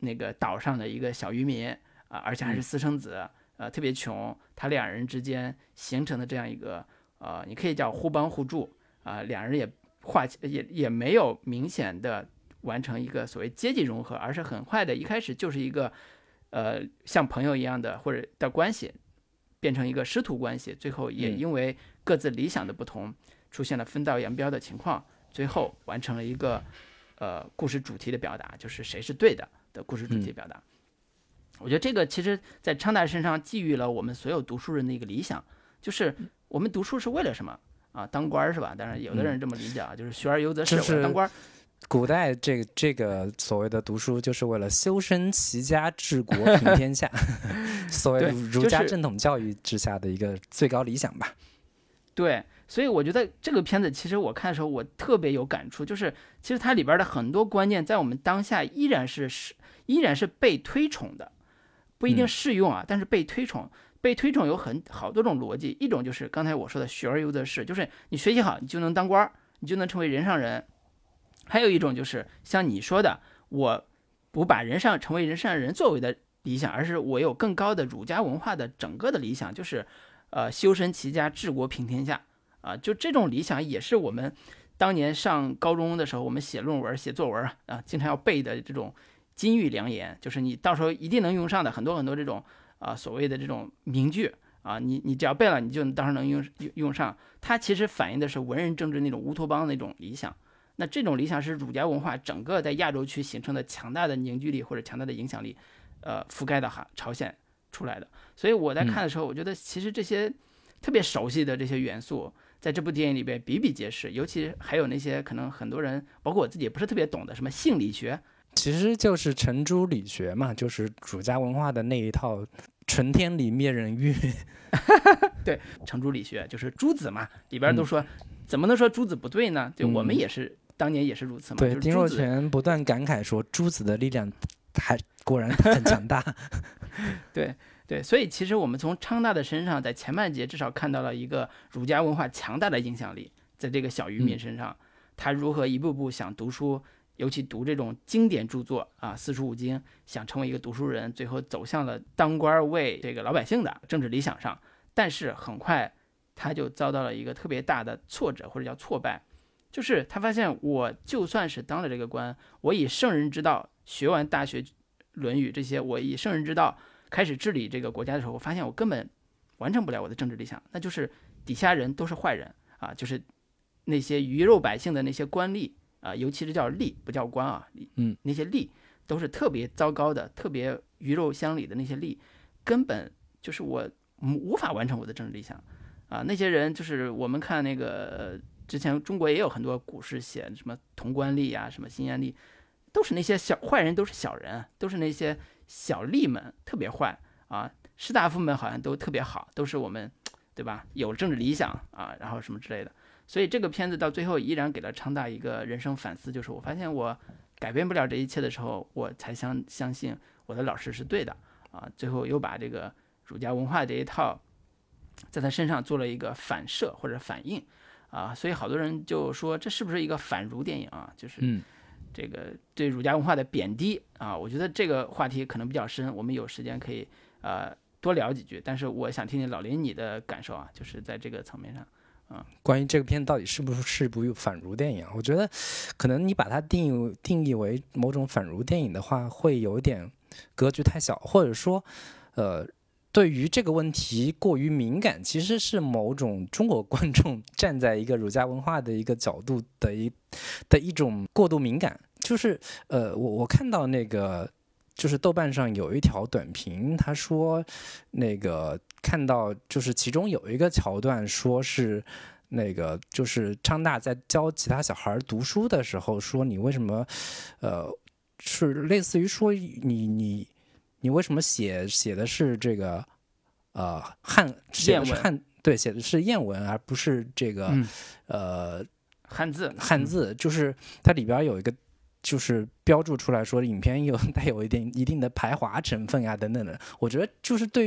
那个岛上的一个小渔民而且还是私生子，特别穷，他两人之间形成的这样一个你可以叫互帮互助两人也没有明显的完成一个所谓阶级融合，而是很快的一开始就是一个像朋友一样的或者的关系，变成一个师徒关系，最后也因为各自理想的不同，出现了分道扬镳的情况，最后完成了一个故事主题的表达，就是谁是对的故事主题表达。我觉得这个其实在昌大身上寄予了我们所有读书人的一个理想，就是我们读书是为了什么当官是吧？当然有的人这么理解就是学而优则仕，我当官。 古代这个所谓的读书，就是为了修身齐家治国平天下，所谓儒家正统教育之下的一个最高理想吧。 对，所以我觉得这个片子其实我看的时候我特别有感触，就是其实它里边的很多观念在我们当下依然是被推崇的，不一定适用但是被推崇。被推崇有好多种逻辑，一种就是刚才我说的学而优则仕，就是你学习好你就能当官，你就能成为人上人。还有一种就是像你说的，我不把成为人上人作为的理想，而是我有更高的儒家文化的整个的理想，就是修身齐家治国平天下就这种理想也是我们当年上高中的时候我们写论文写作文经常要背的这种金玉良言，就是你到时候一定能用上的很多很多这种所谓的这种名句你只要背了你就到时候能用上。它其实反映的是文人政治那种乌托邦那种理想。那这种理想是儒家文化整个在亚洲区形成的强大的凝聚力或者强大的影响力覆盖到朝鲜出来的。所以我在看的时候我觉得其实这些特别熟悉的这些元素在这部电影里边比比皆是，尤其还有那些可能很多人包括我自己也不是特别懂的什么性理学， 其实就是程朱理学嘛，就是儒家文化的那一套纯天理灭人欲对，程朱理学就是朱子嘛，里边都说怎么能说朱子不对呢？对，我们也是当年也是如此嘛。 对，丁若泉不断感慨说朱子的力量果然很强大对，所以其实我们从昌大的身上在前半节至少看到了一个儒家文化强大的影响力，在这个小渔民身上他如何一步步想读书，尤其读这种经典著作四书五经，想成为一个读书人，最后走向了当官为这个老百姓的政治理想上。但是很快他就遭到了一个特别大的挫折或者叫挫败，就是他发现我就算是当了这个官，我以圣人之道学完大学论语这些，我以圣人之道开始治理这个国家的时候，我发现我根本完成不了我的政治理想，那就是底下人都是坏人就是那些鱼肉百姓的那些官吏尤其是叫吏不叫官那些吏都是特别糟糕的，特别鱼肉乡里的那些吏，根本就是我无法完成我的政治理想那些人就是我们看那个之前中国也有很多古诗写什么潼关吏什么辛亥吏，都是那些坏人，都是小人，都是那些小吏们特别坏士大夫们好像都特别好，都是我们对吧有政治理想然后什么之类的。所以这个片子到最后依然给了昌大一个人生反思，就是我发现我改变不了这一切的时候，我才相信我的老师是对的最后又把这个儒家文化这一套在他身上做了一个反射或者反应所以好多人就说这是不是一个反儒电影就是这个对儒家文化的贬低我觉得这个话题可能比较深，我们有时间可以多聊几句，但是我想听听老林你的感受就是在这个层面上关于这个片到底是不是部反儒电影我觉得可能你把它定义为某种反儒电影的话，会有点格局太小，或者说对于这个问题过于敏感，其实是某种中国观众站在一个儒家文化的一个角度的一种过度敏感。就是我看到那个就是豆瓣上有一条短评，他说那个看到就是其中有一个桥段说是那个就是昌大在教其他小孩读书的时候说你为什么是类似于说你为什么写的是这个写的是对，写的是谚文而不是这个汉字，就是它里边有一个就是标注出来说影片带有一定的排华成分等等的。我觉得就是对于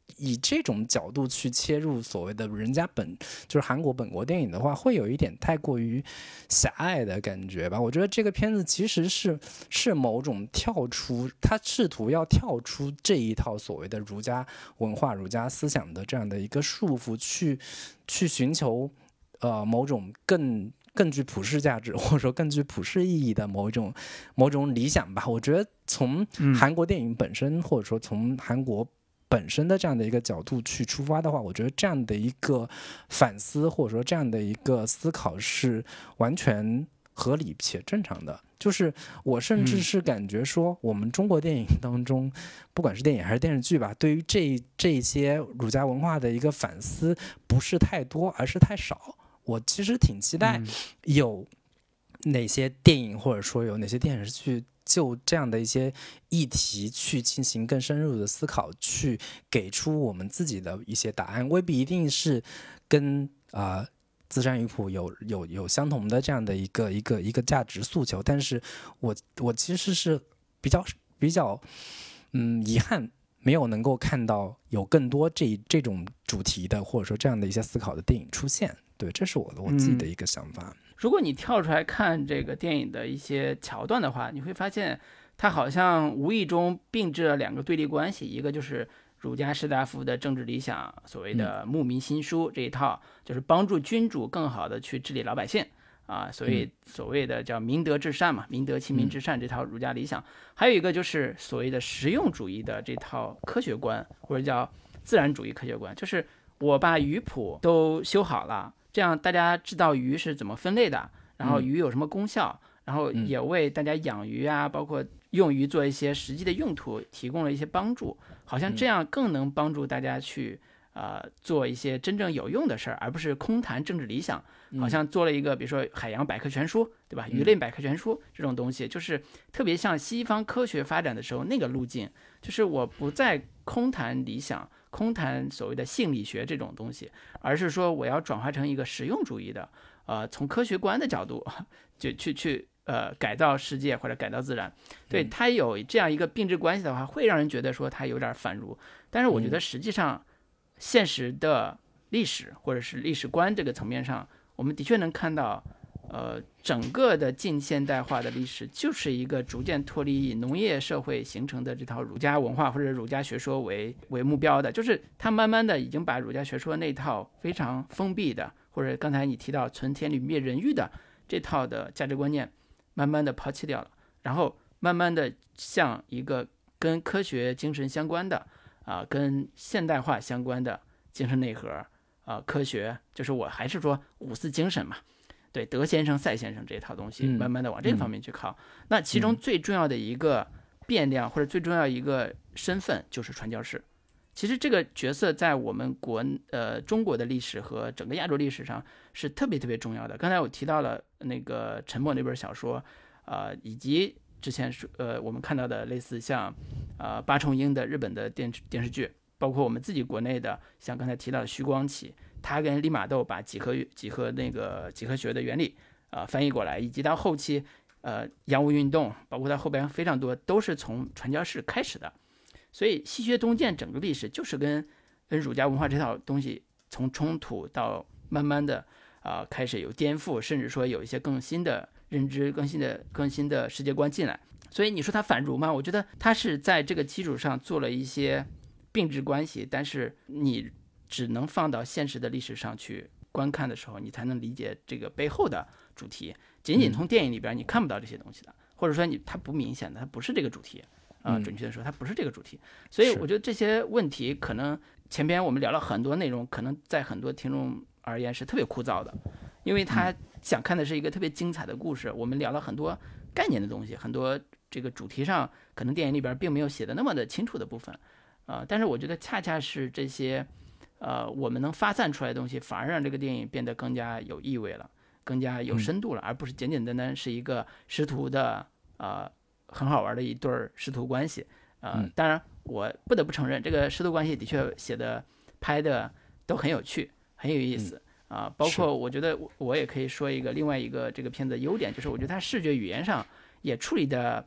以这种角度去切入所谓的人家就是韩国本国电影的话，会有一点太过于狭隘的感觉吧。我觉得这个片子其实是某种他试图要跳出这一套所谓的儒家文化、儒家思想的这样的一个束缚，去寻求某种更具普世价值或者说更具普世意义的某种理想吧。我觉得从韩国电影本身，或者说从韩国本身的这样的一个角度去出发的话，我觉得这样的一个反思或者说这样的一个思考是完全合理且正常的。就是我甚至是感觉说，我们中国电影当中，不管是电影还是电视剧吧，对于这些儒家文化的一个反思不是太多，而是太少。我其实挺期待有哪些电影或者说有哪些电视剧就这样的一些议题去进行更深入的思考，去给出我们自己的一些答案，未必一定是跟自山鱼谱有相同的这样的一个价值诉求，但是我其实是比较遗憾没有能够看到有更多这种主题的或者说这样的一些思考的电影出现。对，这是我自己的一个想法。 如果你跳出来看这个电影的一些桥段的话，你会发现它好像无意中并置了两个对立关系，一个就是儒家士大夫的政治理想，所谓的牧民新书这一套，就是帮助君主更好的去治理老百姓啊，所谓的叫明德至善嘛，明德亲民至善这套儒家理想。还有一个就是所谓的实用主义的这套科学观，或者叫自然主义科学观，就是我把鱼谱都修好了，这样大家知道鱼是怎么分类的，然后鱼有什么功效，然后也为大家养鱼啊，包括用鱼做一些实际的用途提供了一些帮助，好像这样更能帮助大家去做一些真正有用的事儿，而不是空谈政治理想。好像做了一个比如说海洋百科全书，对吧？鱼类百科全书这种东西，就是特别像西方科学发展的时候那个路径，就是我不再空谈理想，空谈所谓的性理学这种东西，而是说我要转化成一个实用主义的从科学观的角度就去改造世界或者改造自然。对，它有这样一个并置关系的话，会让人觉得说它有点反儒，但是我觉得实际上现实的历史或者是历史观这个层面上，我们的确能看到整个的近现代化的历史就是一个逐渐脱离农业社会形成的这套儒家文化或者儒家学说为目标的，就是它慢慢的已经把儒家学说那套非常封闭的，或者刚才你提到存天理灭人欲的这套的价值观念慢慢的抛弃掉了，然后慢慢的向一个跟科学精神相关的跟现代化相关的精神内核科学，就是我还是说五四精神嘛，对，德先生赛先生这套东西慢慢的往这个方面去靠。那其中最重要的一个变量或者最重要一个身份就是传教士。其实这个角色在我们中国的历史和整个亚洲历史上是特别特别重要的。刚才我提到了那个沉默那本小说以及之前我们看到的类似像八重樱的日本的电视剧，包括我们自己国内的像刚才提到的徐光启，他跟利玛窦把几何学的原理翻译过来，以及到后期洋务运动，包括到后边非常多都是从传教士开始的。所以西学东渐整个历史就是跟儒家文化这套东西从冲突到慢慢的开始有颠覆，甚至说有一些更新的认知、更新的世界观进来。所以你说他反儒吗？我觉得他是在这个基础上做了一些并置关系，但是你只能放到现实的历史上去观看的时候，你才能理解这个背后的主题。仅仅从电影里边你看不到这些东西的，或者说它不明显的，它不是这个主题准确的说它不是这个主题。所以我觉得这些问题可能前边我们聊了很多内容，可能在很多听众而言是特别枯燥的，因为他想看的是一个特别精彩的故事。我们聊了很多概念的东西，很多这个主题上可能电影里边并没有写的那么的清楚的部分但是我觉得恰恰是这些我们能发散出来的东西，反而让这个电影变得更加有意味了，更加有深度了，而不是简简单单是一个师徒的很好玩的一对师徒关系当然我不得不承认这个师徒关系的确拍的都很有趣，很有意思包括我觉得我也可以说另外一个这个片子的优点，就是我觉得它视觉语言上也处理的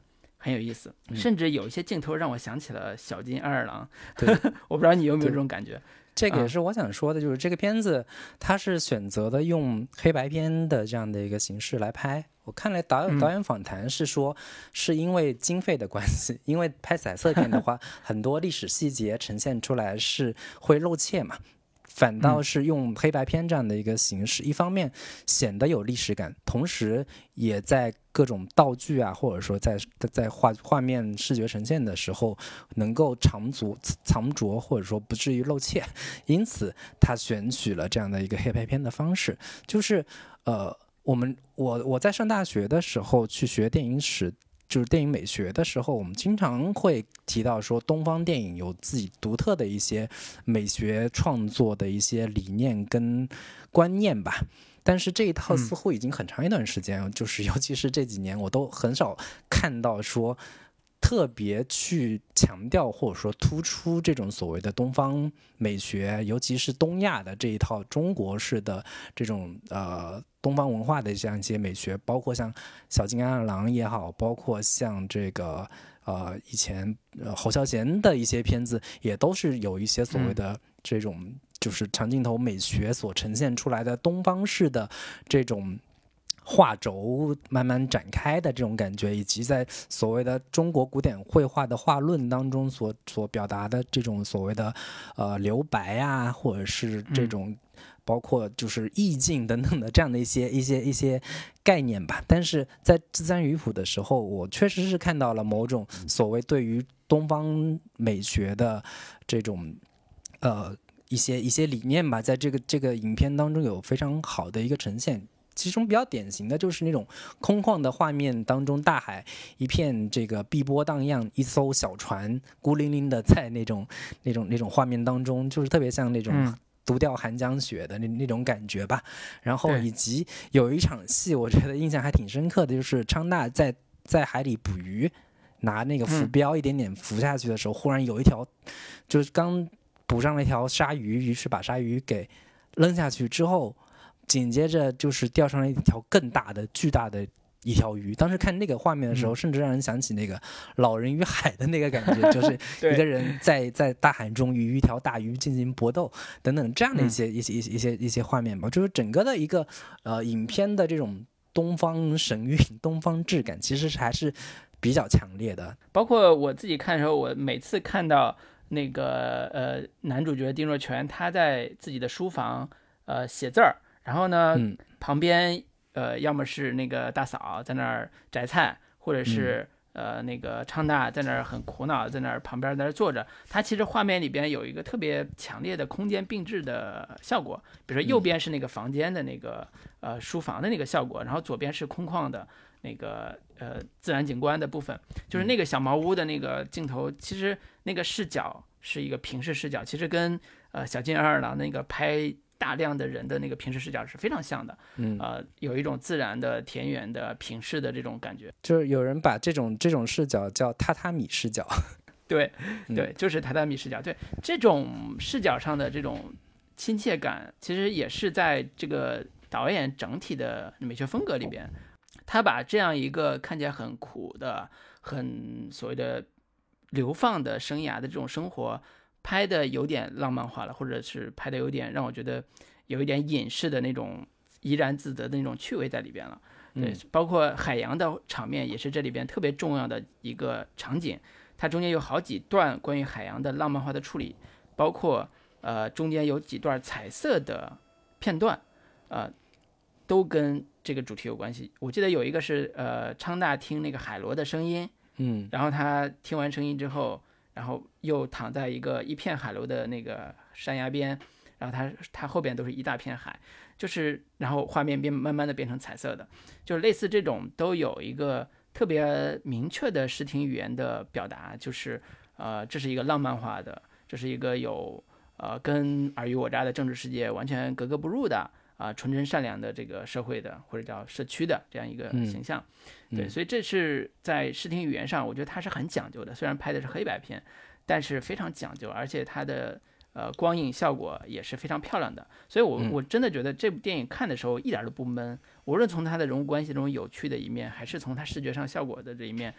很有意思，甚至有一些镜头让我想起了小金安二郎。 对我不知道你有没有这种感觉。 这个也是我想说的，就是这个片子它是选择的用黑白片的这样的一个形式来拍。我看来导演访谈是说，是因为经费的关系，因为拍彩色片的话，很多历史细节呈现出来是会露怯嘛。反倒是用黑白片这样的一个形式，一方面显得有历史感，同时也在各种道具啊，或者说在画面视觉呈现的时候，能够藏拙，或者说不至于露怯。因此，他选取了这样的一个黑白片的方式，就是我在上大学的时候去学电影史。就是电影美学的时候，我们经常会提到说，东方电影有自己独特的一些美学创作的一些理念跟观念吧。但是这一套似乎已经很长一段时间，就是尤其是这几年，我都很少看到说特别去强调或者说突出这种所谓的东方美学，尤其是东亚的这一套中国式的这种东方文化的这样一些美学，包括像小津安二郎也好，包括像这个以前侯孝贤的一些片子，也都是有一些所谓的这种就是长镜头美学所呈现出来的东方式的这种画轴慢慢展开的这种感觉，以及在所谓的中国古典绘画的画论当中所表达的这种所谓的留白啊，或者是这种包括就是意境等等的这样的一些概念吧。但是在自然语谱的时候，我确实是看到了某种所谓对于东方美学的这种一些理念吧，在这个影片当中有非常好的一个呈现。其中比较典型的就是那种空旷的画面当中，大海一片这个碧波荡漾，一艘小船孤零零的在那种画面当中，就是特别像那种独钓寒江雪的那种感觉吧。然后以及有一场戏，我觉得印象还挺深刻的，就是昌大在海里捕鱼，拿那个浮标一点点浮下去的时候，忽然有一条就是刚捕上了一条鲨鱼，于是把鲨鱼给扔下去之后，紧接着就是钓上了一条更大的巨大的一条鱼。当时看那个画面的时候，甚至让人想起那个老人与海的那个感觉，就是一个人在大海中与一条大鱼进行搏斗等等这样的一些画面吧。就是整个的一个影片的这种东方神韵、东方质感，其实还是比较强烈的。 包括我自己看的时候，我每次看到那个男主角丁若全他在自己的书房写字儿。然后呢，旁边要么是那个大嫂在那儿摘菜，或者是那个昌大在那儿很苦恼，在那儿旁边在那儿坐着。他其实画面里边有一个特别强烈的空间并置的效果，比如说右边是那个房间的那个书房的那个效果，然后左边是空旷的那个自然景观的部分，就是那个小茅屋的那个镜头，其实那个视角是一个平视视角，其实跟小津安二郎那个拍大量的人的那个平视视角是非常像的，有一种自然的田园的平视的这种感觉， 就是有人把这种视角叫榻榻米视角， 对，就是榻榻米视角，对，这种视角上的这种亲切感，其实也是在这个导演整体的美学风格里边，他把这样一个看起来很苦的、很所谓的流放的生涯的这种生活。拍的有点浪漫化了，或者是拍的有点让我觉得有一点隐士的那种怡然自得的那种趣味在里边了。对，包括海洋的场面也是这里边特别重要的一个场景，它中间有好几段关于海洋的浪漫化的处理，包括中间有几段彩色的片段，都跟这个主题有关系。我记得有一个是昌大听那个海螺的声音，然后他听完声音之后。然后又躺在一片海螺的那个山崖边，然后它后边都是一大片海，就是然后画面慢慢的变成彩色的，就类似这种都有一个特别明确的视听语言的表达，就是这是一个浪漫化的，这是一个有跟尔虞我诈的政治世界完全格格不入的纯真善良的这个社会的或者叫社区的这样一个形象。对，所以这是在视听语言上，我觉得它是很讲究的。虽然拍的是黑白片，但是非常讲究，而且它的光影效果也是非常漂亮的。所以我真的觉得这部电影看的时候一点都不闷，无论从它的人物关系中有趣的一面，还是从它视觉上效果的这一面，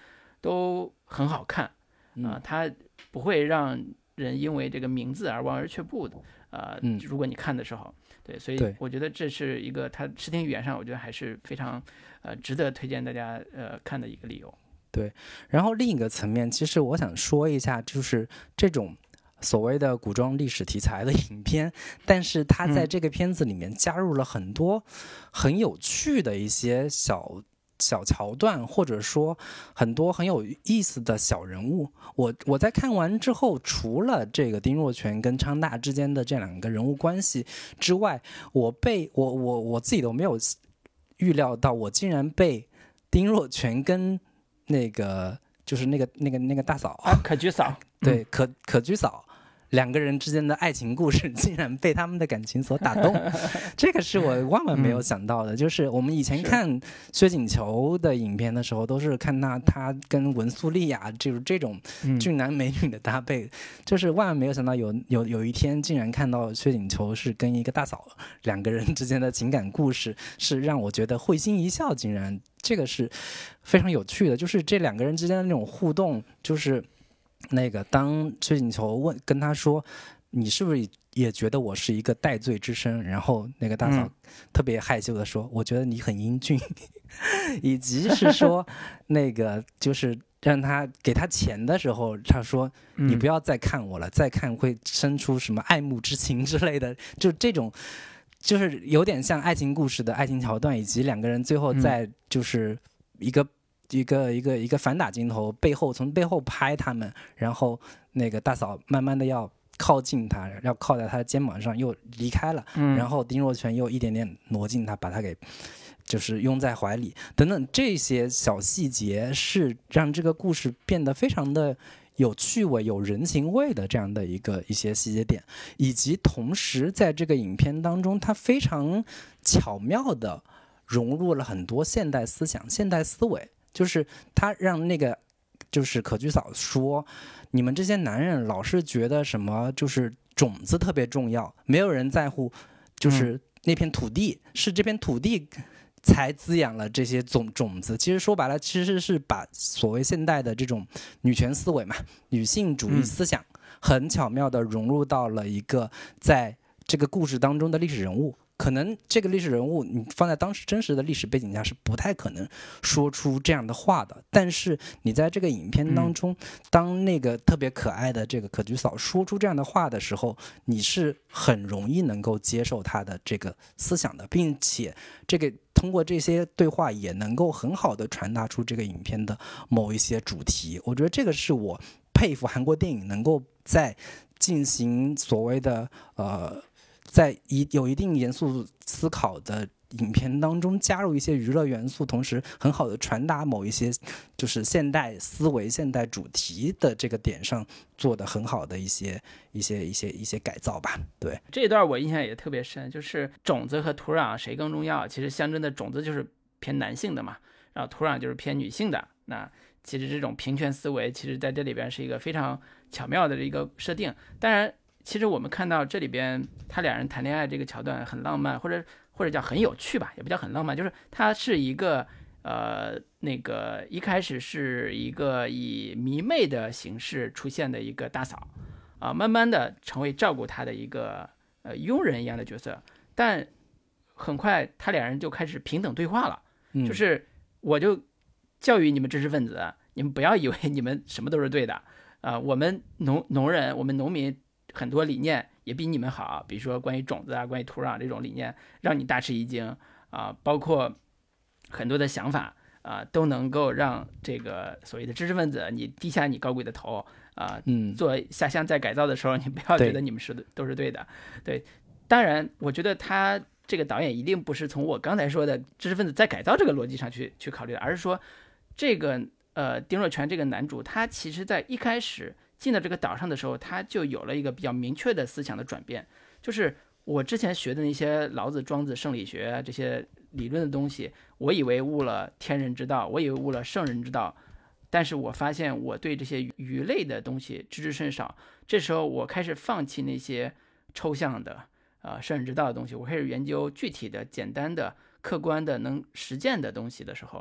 都很好看它不会让人因为这个名字而望而却步的如果你看的时候，对，所以我觉得这是一个它视听语言上，我觉得还是非常值得推荐大家看的一个理由。 对，然后另一个层面，其实我想说一下，就是这种所谓的古装历史题材的影片，但是它在这个片子里面加入了很多很有趣的一些小桥段，或者说很多很有意思的小人物。我在看完之后，除了这个丁若全跟昌大之间的这两个人物关系之外，我自己都没有预料到，我竟然被丁若全跟那个就是那个大嫂可居嫂， 对，可居嫂两个人之间的爱情故事竟然被他们的感情所打动，这个是我万万没有想到的。就是我们以前看薛景求的影片的时候，都是看他跟文素丽啊，就是这种俊男美女的搭配，就是万万没有想到有一天竟然看到薛景求是跟一个大嫂两个人之间的情感故事，是让我觉得会心一笑，竟然这个是非常有趣的。就是这两个人之间的那种互动，就是那个当薛景求跟他说你是不是也觉得我是一个戴罪之身，然后那个大嫂特别害羞的说我觉得你很英俊以及是说那个就是让他给他钱的时候他说你不要再看我了，再看会生出什么爱慕之情之类的，就这种就是有点像爱情故事的爱情桥段，以及两个人最后在就是一个反打镜头从背后拍他们，然后那个大嫂慢慢的要靠近他，要靠在他的肩膀上又离开了，然后丁若全又一点点挪近他，把他给就是拥在怀里等等，这些小细节是让这个故事变得非常的有趣味有人情味的这样的一些细节点，以及同时在这个影片当中它非常巧妙的融入了很多现代思想现代思维，就是他让那个就是可居嫂说你们这些男人老是觉得什么就是种子特别重要，没有人在乎就是那片土地，是这片土地才滋养了这些种子。其实说白了其实是把所谓现代的这种女权思维嘛，女性主义思想很巧妙的融入到了一个在这个故事当中的历史人物。可能这个历史人物你放在当时真实的历史背景下是不太可能说出这样的话的，但是你在这个影片当中当那个特别可爱的这个可居嫂说出这样的话的时候，你是很容易能够接受他的这个思想的，并且这个通过这些对话也能够很好的传达出这个影片的某一些主题。我觉得这个是我佩服韩国电影能够在进行所谓的在有一定严肃思考的影片当中加入一些娱乐元素，同时很好的传达某一些就是现代思维现代主题的这个点上做的很好的一些改造吧。对， 这一段我印象也特别深，就是种子和土壤谁更重要，其实象征的种子就是偏男性的嘛，然后土壤就是偏女性的。那其实这种平权思维其实在这里边是一个非常巧妙的一个设定。当然其实我们看到这里边他两人谈恋爱这个桥段很浪漫，或者叫很有趣吧，也不叫很浪漫，就是他是一个那个一开始是一个以迷妹的形式出现的一个大嫂慢慢的成为照顾他的一个佣人一样的角色，但很快他两人就开始平等对话了，就是我就教育你们知识分子，你们不要以为你们什么都是对的我们农人我们农民很多理念也比你们好，比如说关于种子啊关于土壤这种理念让你大吃一惊包括很多的想法都能够让这个所谓的知识分子你低下你高贵的头做下乡再改造的时候，你不要觉得你们都是对的。对，当然我觉得他这个导演一定不是从我刚才说的知识分子再改造这个逻辑上去考虑的，而是说这个丁若全这个男主他其实在一开始进到这个岛上的时候，他就有了一个比较明确的思想的转变，就是我之前学的那些老子庄子圣理学这些理论的东西，我以为悟了天人之道，我以为悟了圣人之道，但是我发现我对这些鱼类的东西知之甚少，这时候我开始放弃那些抽象的圣人之道的东西，我开始研究具体的简单的客观的能实践的东西的时候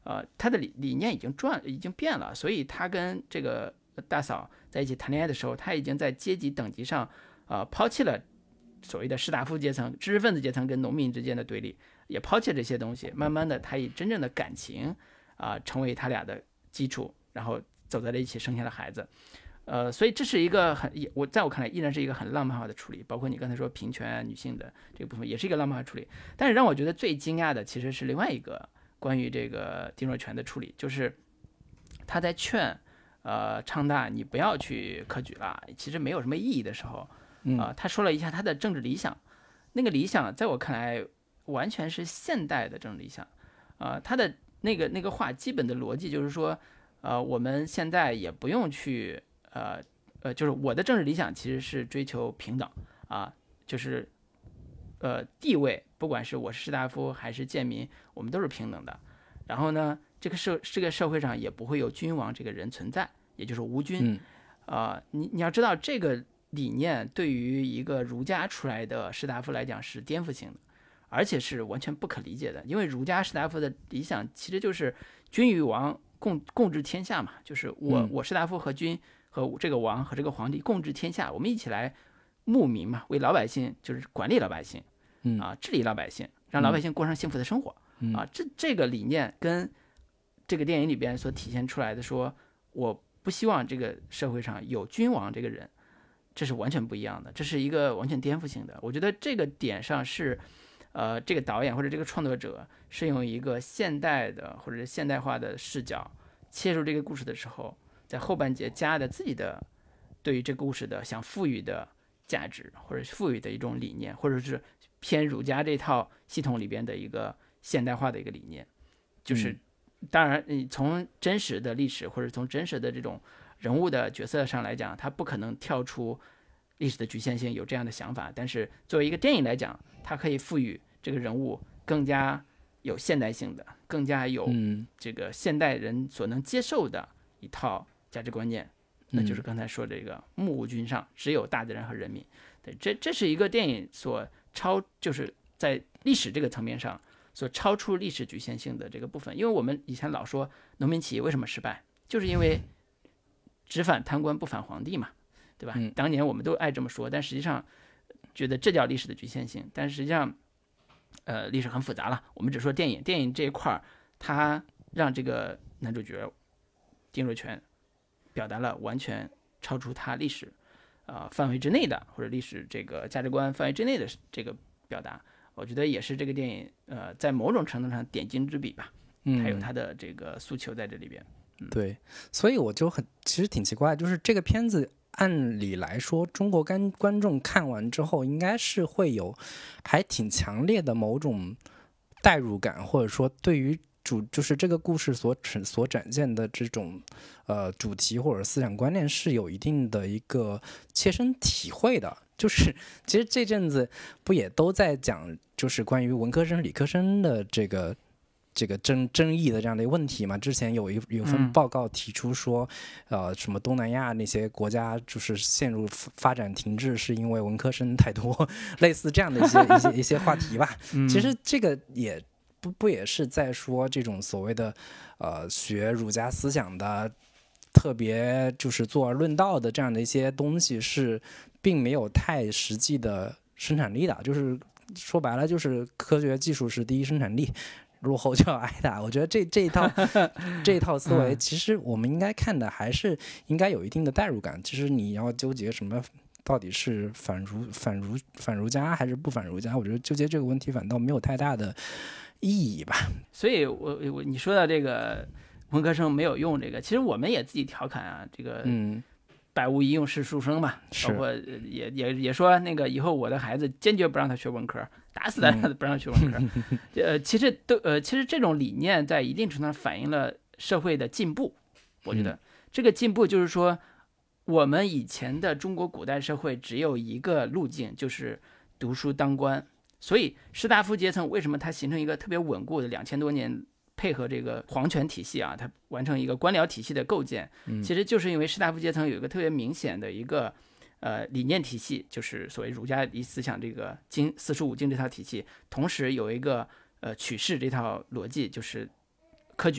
他的理念已经变了，所以他跟这个大嫂在一起谈恋爱的时候，他已经在阶级等级上抛弃了所谓的士大夫阶层、知识分子阶层跟农民之间的对立，也抛弃了这些东西。慢慢的，他以真正的感情成为他俩的基础，然后走在了一起，生下了孩子。所以这是一个在我看来依然是一个很浪漫化的处理，包括你刚才说平权女性的这个部分，也是一个浪漫化处理。但是让我觉得最惊讶的其实是另外一个关于这个丁若全的处理，就是他在劝昌大你不要去科举了，其实没有什么意义的时候，他说了一下他的政治理想，那个理想在我看来完全是现代的政治理想。他的那个话基本的逻辑就是说，我们现在也不用去就是我的政治理想其实是追求平等就是地位，不管是我是士大夫还是贱民，我们都是平等的。然后呢，这个社会上也不会有君王这个人存在，也就是无君。你要知道，这个理念对于一个儒家出来的士大夫来讲是颠覆性的，而且是完全不可理解的。因为儒家士大夫的理想其实就是君与王共治天下嘛，就是我士大夫和君和这个王和这个皇帝共治天下，我们一起来牧民嘛，为老百姓就是管理老百姓，治理老百姓，让老百姓过上幸福的生活。这个理念跟这个电影里边所体现出来的说，我不希望这个社会上有君王这个人，这是完全不一样的，这是一个完全颠覆性的。我觉得这个点上是，这个导演或者这个创作者是用一个现代的或者是现代化的视角切入这个故事的时候，在后半节加的自己的对于这个故事的想赋予的价值，或者赋予的一种理念，或者是偏儒家这套系统里边的一个现代化的一个理念。就是当然你从真实的历史或者从真实的这种人物的角色上来讲，他不可能跳出历史的局限性有这样的想法，但是作为一个电影来讲，它可以赋予这个人物更加有现代性的，更加有这个现代人所能接受的一套价值观念，那就是刚才说这个目无君上，只有大自然和人民。对，这是一个电影所就是在历史这个层面上所超出历史局限性的这个部分。因为我们以前老说农民起义为什么失败，就是因为只反贪官不反皇帝嘛，对吧？当年我们都爱这么说，但实际上觉得这叫历史的局限性。但实际上历史很复杂了，我们只说电影这一块，它让这个男主角丁若全表达了完全超出他历史范围之内的，或者历史这个价值观范围之内的这个表达，我觉得也是这个电影在某种程度上点睛之笔吧。还有他的这个诉求在这里边。 对，所以我就其实挺奇怪，就是这个片子按理来说，中国观众看完之后，应该是会有还挺强烈的某种代入感，或者说对于就是这个故事所展现的这种主题或者思想观念是有一定的一个切身体会的。就是其实这阵子不也都在讲，就是关于文科生理科生的这个争议的这样的一个问题嘛。之前有份报告提出说，什么东南亚那些国家就是陷入发展停滞，是因为文科生太多，类似这样的一些话题吧。其实这个也不也是在说这种所谓的学儒家思想的，特别就是坐而论道的这样的一些东西，是并没有太实际的生产力的。就是说白了，就是科学技术是第一生产力，落后就要挨打。我觉得这一套思维，其实我们应该看的还是应该有一定的代入感。其实你要纠结什么到底是反儒家还是不反儒家，我觉得纠结这个问题反倒没有太大的意义吧。 所以你说到这个文科生没有用，这个其实我们也自己调侃啊，这个百无一用是书生嘛，包括也说那个以后我的孩子坚决不让他学文科，打死他不让他学文科。其实这种理念在一定程度上反映了社会的进步。我觉得这个进步就是说，我们以前的中国古代社会只有一个路径，就是读书当官。所以士大夫阶层为什么它形成一个特别稳固的2000多年配合这个皇权体系啊，它完成一个官僚体系的构建，其实就是因为士大夫阶层有一个特别明显的一个理念体系，就是所谓儒家思想这个四书五经这套体系，同时有一个取士这套逻辑，就是科举。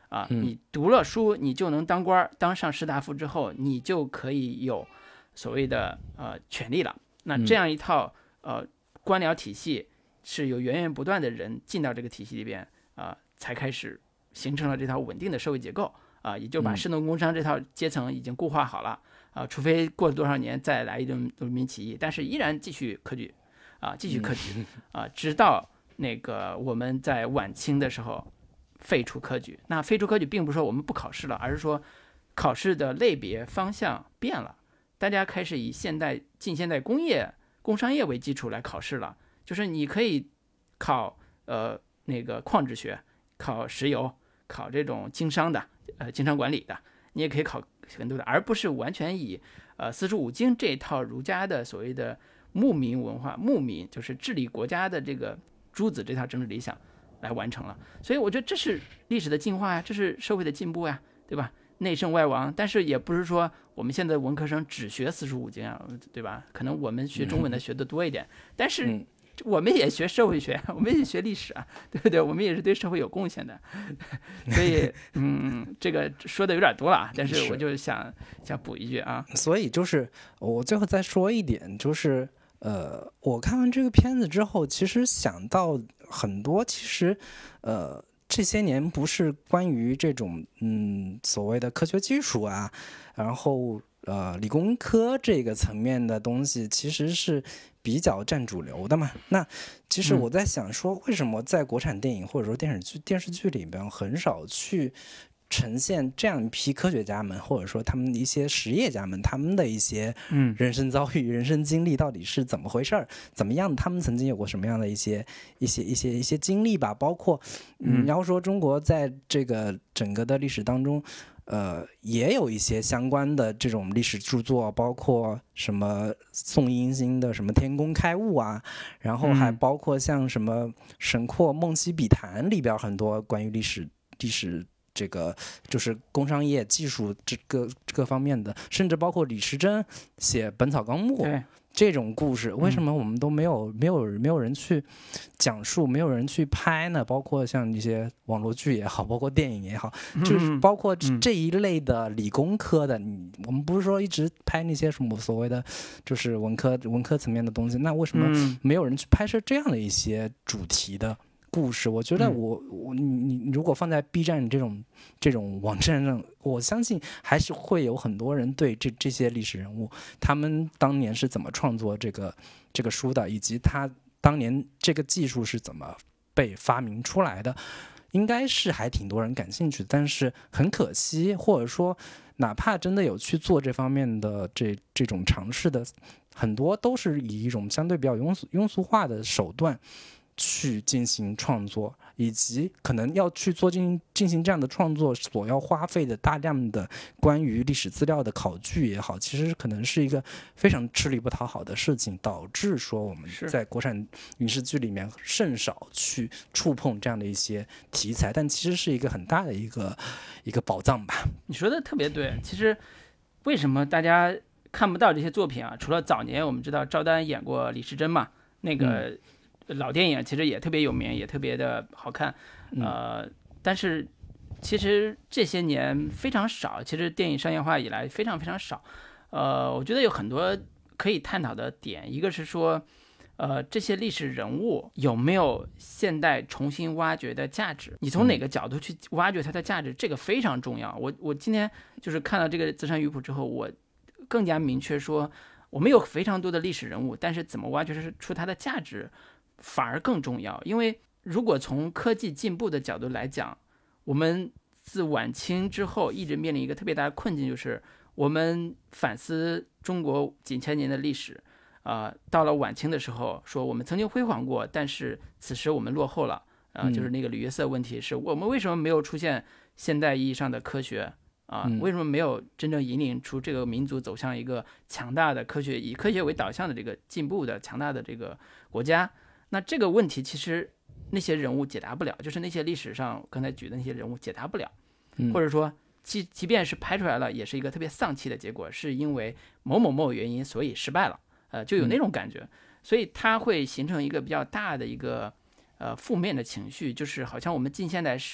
啊，你读了书，你就能当官，当上士大夫之后，你就可以有所谓的权利了。那这样一套官僚体系是有源源不断的人进到这个体系里边才开始形成了这套稳定的社会结构也就把士农工商这套阶层已经固化好了除非过了多少年再来一顿农民起义，但是依然继续科举继续科举直到那个我们在晚清的时候废除科举。那废除科举并不是说我们不考试了，而是说考试的类别方向变了，大家开始以近现代工商业为基础来考试了。就是你可以考那个矿质学，考石油，考这种经商的经商管理的，你也可以考很多的，而不是完全以四书五经这一套儒家的所谓的牧民文化，牧民就是治理国家的这个诸子这套政治理想来完成了。所以我觉得这是历史的进化呀，这是社会的进步呀，对吧？内圣外王，但是也不是说我们现在文科生只学四书五经啊，对吧？可能我们学中文的学的多一点，但是我们也学社会学，我们也学历史啊，对不对？我们也是对社会有贡献的。所以这个说的有点多了啊，但是我就想补一句啊。 所以就是我最后再说一点，就是我看完这个片子之后，其实想到很多，其实这些年不是关于这种所谓的科学技术啊，然后理工科这个层面的东西，其实是比较占主流的嘛。那其实我在想说，为什么在国产电影或者说电视剧里边很少去呈现这样一批科学家们，或者说他们的一些实业家们，他们的一些人生遭遇、人生经历到底是怎么回事儿，怎么样？他们曾经有过什么样的一些经历吧？包括你要说中国在这个整个的历史当中，也有一些相关的这种历史著作，包括什么宋英星的什么《天工开物》啊，然后还包括像什么沈括《梦溪笔谈》里边很多关于历史。这个就是工商业技术这个方面的，甚至包括李时珍写《本草纲目》这种故事，为什么我们都没有人去讲述，没有人去拍呢？包括像一些网络剧也好，包括电影也好，就是包括这一类的理工科的，我们不是说一直拍那些什么所谓的就是文科层面的东西，那为什么没有人去拍摄这样的一些主题的故事？我觉得你如果放在 B 站这种网站上，我相信还是会有很多人对这些历史人物，他们当年是怎么创作这个书的，以及他当年这个技术是怎么被发明出来的，应该是还挺多人感兴趣的。但是很可惜，或者说哪怕真的有去做这方面的这种尝试的，很多都是以一种相对比较庸俗化的手段去进行创作，以及可能要去进行这样的创作所要花费的大量的关于历史资料的考据也好，其实可能是一个非常吃力不讨好的事情，导致说我们在国产影视剧里面甚少去触碰这样的一些题材，但其实是一个很大的一个宝藏吧。 你说的特别对，其实为什么大家看不到这些作品啊？除了早年我们知道赵丹演过李时珍嘛，那个老电影其实也特别有名，也特别的好看，但是其实这些年非常少，其实电影商业化以来非常非常少，我觉得有很多可以探讨的点，一个是说，这些历史人物有没有现代重新挖掘的价值？你从哪个角度去挖掘它的价值，这个非常重要。我今天就是看到这个资产鱼谱之后，我更加明确说，我们有非常多的历史人物，但是怎么挖掘出它的价值反而更重要。因为如果从科技进步的角度来讲，我们自晚清之后一直面临一个特别大的困境，就是我们反思中国几千年的历史，到了晚清的时候说我们曾经辉煌过，但是此时我们落后了，就是那个吕约瑟问题，是我们为什么没有出现现代意义上的科学为什么没有真正引领出这个民族走向一个强大的科学，以科学为导向的这个进步的强大的这个国家？那这个问题其实那些人物解答不了，就是那些历史上刚才举的那些人物解答不了，或者说即便是拍出来了，也是一个特别丧气的结果，是因为某某某原因所以失败了，就有那种感觉，所以它会形成一个比较大的一个负面的情绪，就是好像我们近现代史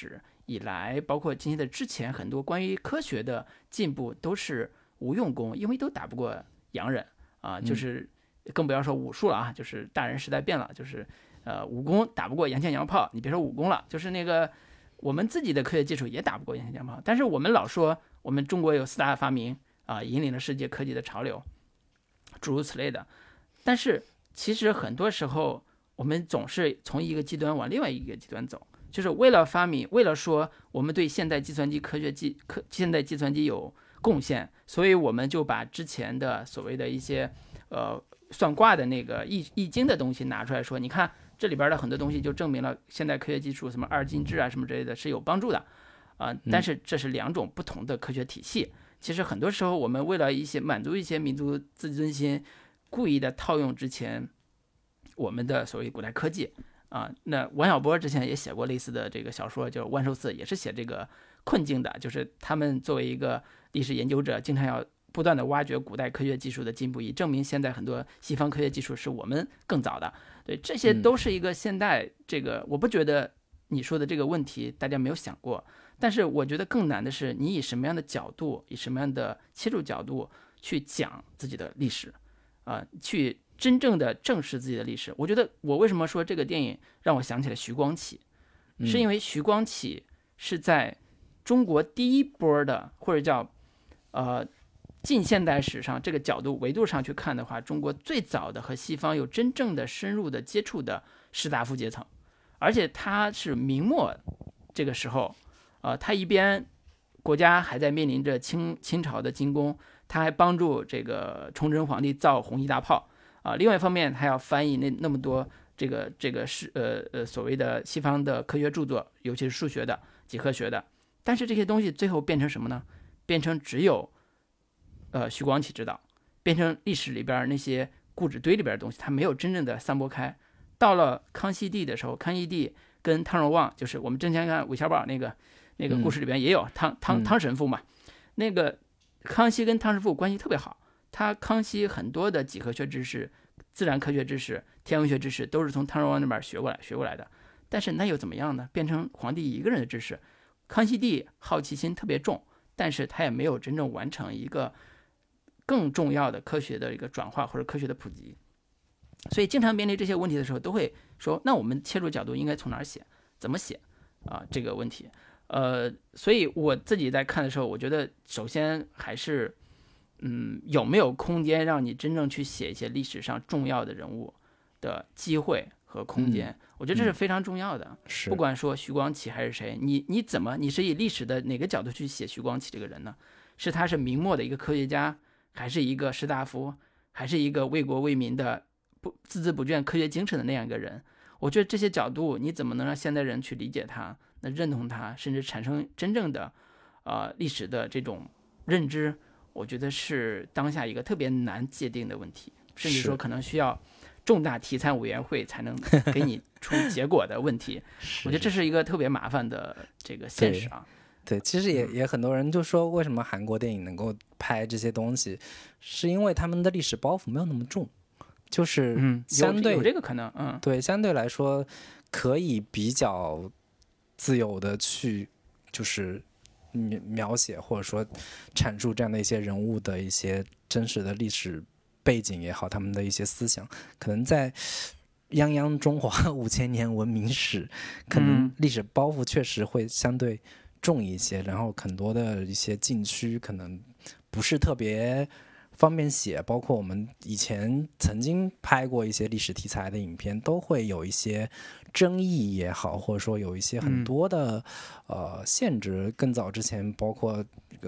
以来，包括近些的之前，很多关于科学的进步都是无用功，因为都打不过洋人啊，就是更不要说武术了啊，就是大人时代变了，就是武功打不过洋枪洋炮，你别说武功了，就是那个我们自己的科学技术也打不过洋枪洋炮。但是我们老说我们中国有4大发明啊，引领了世界科技的潮流，诸如此类的。但是其实很多时候我们总是从一个极端往另外一个极端走，就是为了发明，为了说我们对现代计算机现代计算机有贡献，所以我们就把之前的所谓的一些算卦的那个易经的东西拿出来说，你看这里边的很多东西就证明了现代科学技术什么二进制啊什么之类的是有帮助的但是这是2种不同的科学体系。其实很多时候我们为了满足一些民族自尊心，故意的套用之前我们的所谓古代科技那王小波之前也写过类似的这个小说，就是《万寿寺》，也是写这个困境的，就是他们作为一个历史研究者，经常要不断的挖掘古代科学技术的进步，以证明现在很多西方科学技术是我们更早的。对，这些都是一个现代这个，我不觉得你说的这个问题大家没有想过，但是我觉得更难的是你以什么样的角度，以什么样的切入角度去讲自己的历史去真正的正视自己的历史。我觉得我为什么说这个电影让我想起了徐光启，是因为徐光启是在中国第一波的，或者叫近现代史上这个角度维度上去看的话，中国最早的和西方有真正的深入的接触的士大夫阶层，而且他是明末这个时候他一边国家还在面临着清朝的进攻，他还帮助这个崇祯皇帝造红衣大炮另外一方面他要翻译那么多这个是所谓的西方的科学著作，尤其是数学的几何学的，但是这些东西最后变成什么呢？变成只有徐光启知道，变成历史里边那些故纸堆里边的东西，他没有真正的散播开。到了康熙帝的时候，康熙帝跟汤若望，就是我们之前看韦小宝那个故事里边也有汤神父嘛，那个康熙跟汤神父关系特别好，康熙很多的几何学知识、自然科学知识、天文学知识都是从汤若望那边学过来的。但是那又怎么样呢？变成皇帝一个人的知识。康熙帝好奇心特别重，但是他也没有真正完成一个更重要的科学的一个转化或者科学的普及。所以经常面临这些问题的时候，都会说那我们切入角度应该从哪儿写，怎么写这个问题。所以我自己在看的时候，我觉得首先还是有没有空间让你真正去写一些历史上重要的人物的机会和空间，我觉得这是非常重要的。不管说徐光启还是谁，你是以历史的哪个角度去写徐光启这个人呢？是他是明末的一个科学家，还是一个士大夫，还是一个为国为民的孜孜不倦科学精神的那样一个人？我觉得这些角度你怎么能让现代人去理解他，那认同他，甚至产生真正的历史的这种认知，我觉得是当下一个特别难界定的问题，甚至说可能需要重大提参委员会才能给你出结果的问题。我觉得这是一个特别麻烦的这个现实啊。 对，其实也很多人就说，为什么韩国电影能够拍这些东西，是因为他们的历史包袱没有那么重，就是相对有这个可能， 对，相对来说可以比较自由的去就是描写或者说阐述这样的一些人物的一些真实的历史背景也好，他们的一些思想，可能在泱泱中华5000年文明史，可能历史包袱确实会相对重一些，然后很多的一些禁区可能不是特别方便写，包括我们以前曾经拍过一些历史题材的影片，都会有一些争议也好，或者说有一些很多的限制。更早之前，包括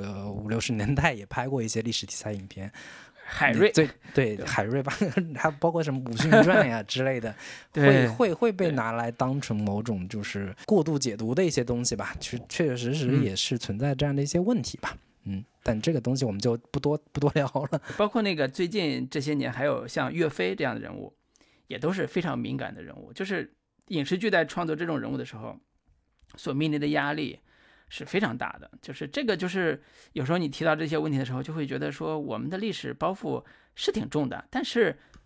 50-60年代也拍过一些历史题材影片。 海瑞对海瑞吧，还包括什么武训传呀之类的，会被拿来当成某种就是过度解读的一些东西吧，确确实实也是存在这样的一些问题吧。但这个东西我们就不多聊了。 包括那个最近这些年，还有像岳飞这样的人物，也都是非常敏感的人物。就是影视剧在创作这种人物的时候，所面临的压力是非常大的。就是这个，就是有时候你提到这些问题的时候，就会觉得说我们的历史包袱是挺重的，但是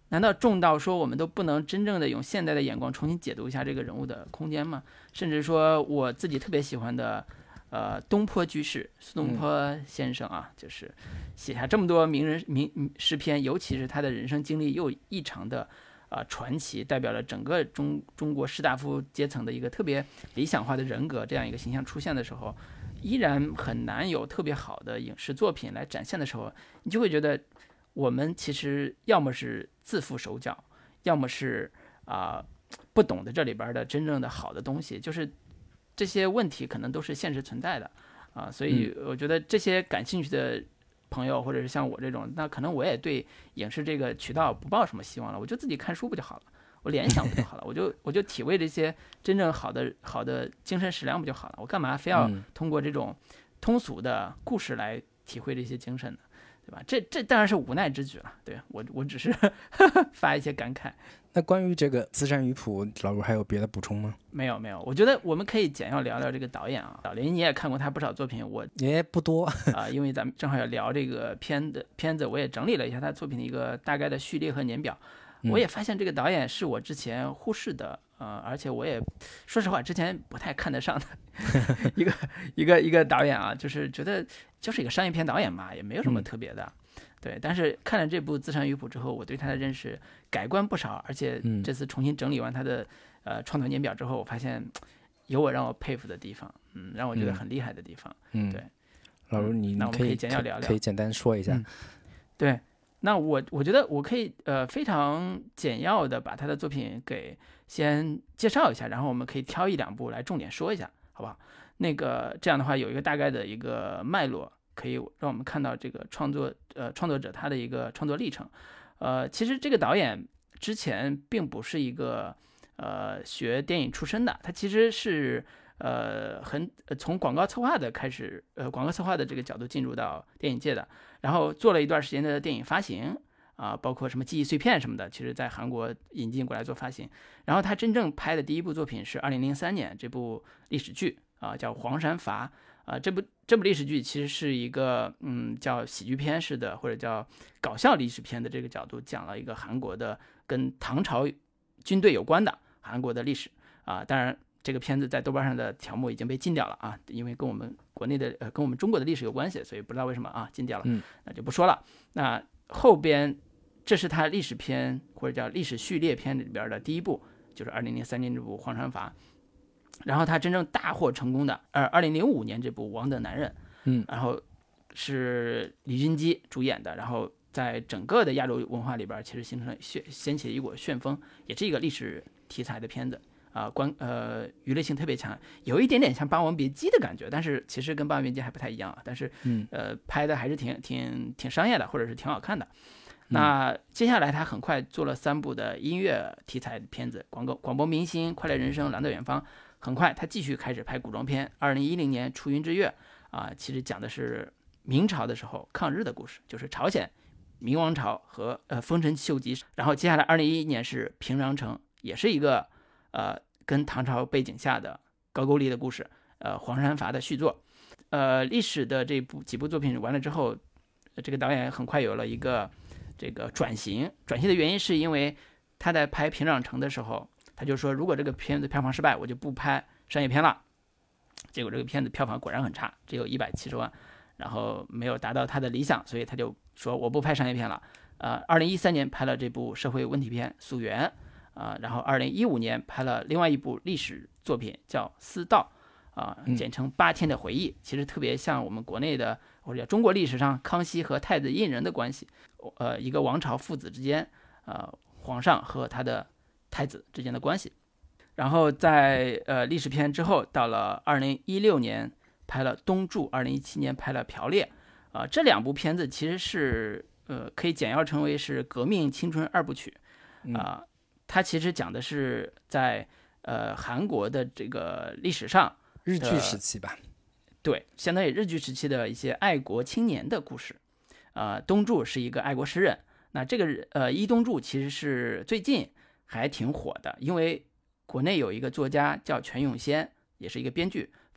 难道重到说我们都不能真正的用现代的眼光重新解读一下这个人物的空间吗？甚至说我自己特别喜欢的东坡居士苏东坡先生啊，就是写下这么多名诗篇，尤其是他的人生经历又异常的传奇，代表了整个中国士大夫阶层的一个特别理想化的人格，这样一个形象出现的时候，依然很难有特别好的影视作品来展现的时候，你就会觉得我们其实要么是自负手脚，要么是不懂得这里边的真正的好的东西，就是这些问题可能都是现实存在的所以我觉得这些感兴趣的朋友，或者是像我这种，那可能我也对影视这个渠道不抱什么希望了，我就自己看书不就好了，我联想不就好了，我就体味这些真正好的精神食粮不就好了，我干嘛非要通过这种通俗的故事来体会这些精神呢？对吧？这当然是无奈之举了。对，我只是发一些感慨。 那关于这个《资山鱼谱》，老卢还有别的补充吗？ 没有，我觉得我们可以简要聊聊这个导演啊。老林你也看过他不少作品，我也不多因为咱们正好要聊这个片子，我也整理了一下他作品的一个大概的序列和年表。我也发现这个导演是我之前忽视的，而且我也说实话之前不太看得上的一个导演啊，就是觉得就是一个商业片导演嘛，也没有什么特别的。对，但是看了这部《资山鱼谱》之后，我对他的认识改观不少，而且这次重新整理完他的创作年表之后，我发现有让我佩服的地方，让我觉得很厉害的地方。对， 老卢那我们可以简要聊聊， 可以简单说一下。 对。那我觉得我可以非常简要的把他的作品给先介绍一下，然后我们可以挑一两部来重点说一下，好不好？那个这样的话有一个大概的一个脉络，可以让我们看到这个创作者他的一个创作历程。其实这个导演之前并不是一个学电影出身的，他其实是从广告策划的开始，广告策划的这个角度进入到电影界的，然后做了一段时间的电影发行包括什么记忆碎片什么的，其实在韩国引进过来做发行。然后他真正拍的第一部作品是2003年这部历史剧叫《黄山阀》这部历史剧其实是一个叫喜剧片式的或者叫搞笑历史片的这个角度，讲了一个韩国的跟唐朝军队有关的韩国的历史当然。这个片子在豆瓣上的条目已经被禁掉了因为跟我们国内的跟我们中国的历史有关系，所以不知道为什么禁掉了，那就不说了。那后边这是他历史片或者叫历史序列片里边的第一部，就是2003年这部《黄山阀》，然后他真正大获成功的2005年这部《王的男人》，然后是李军基主演的，然后在整个的亚洲文化里边其实掀起了一股旋风，也是一个历史题材的片子。娱乐性特别强，有一点点像《霸王别姬》的感觉，但是其实跟《霸王别姬》还不太一样但是拍的还是挺商业的，或者是挺好看的。那接下来他很快做了3部的音乐题材的片子，广播明星、快乐人生、蓝的远方。很快他继续开始拍古装片，2010年《出云之月》其实讲的是明朝的时候抗日的故事，就是朝鲜明王朝和丰臣秀吉。然后接下来2011年是平壤城，也是一个跟唐朝背景下的高句丽的故事，黄山阀的续作。历史的几部作品完了之后，这个导演很快有了一个这个转型的原因是因为他在拍平壤城的时候，他就说如果这个片子票房失败，我就不拍商业片了。结果这个片子票房果然很差，只有170万，然后没有达到他的理想，所以他就说我不拍商业片了。2013年拍了这部社会问题片《溯源》。然后2015年拍了另外一部历史作品叫《私道》简称8天的回忆，其实特别像我们国内的或者中国历史上康熙和太子胤仁的关系，一个王朝父子之间，皇上和他的太子之间的关系。然后在历史片之后，到了2016年拍了《东柱》，2017年拍了《朴烈》这2部片子其实是可以简要称为是革命青春2部曲它其实讲的是在韩国的这个历史上日据时期吧， 对，相当于日据时期的一些爱国青年的故事。东柱是一个爱国诗人，那这个伊东柱其实是最近还挺火的，因为国内有一个作家叫全永先，也是一个编剧，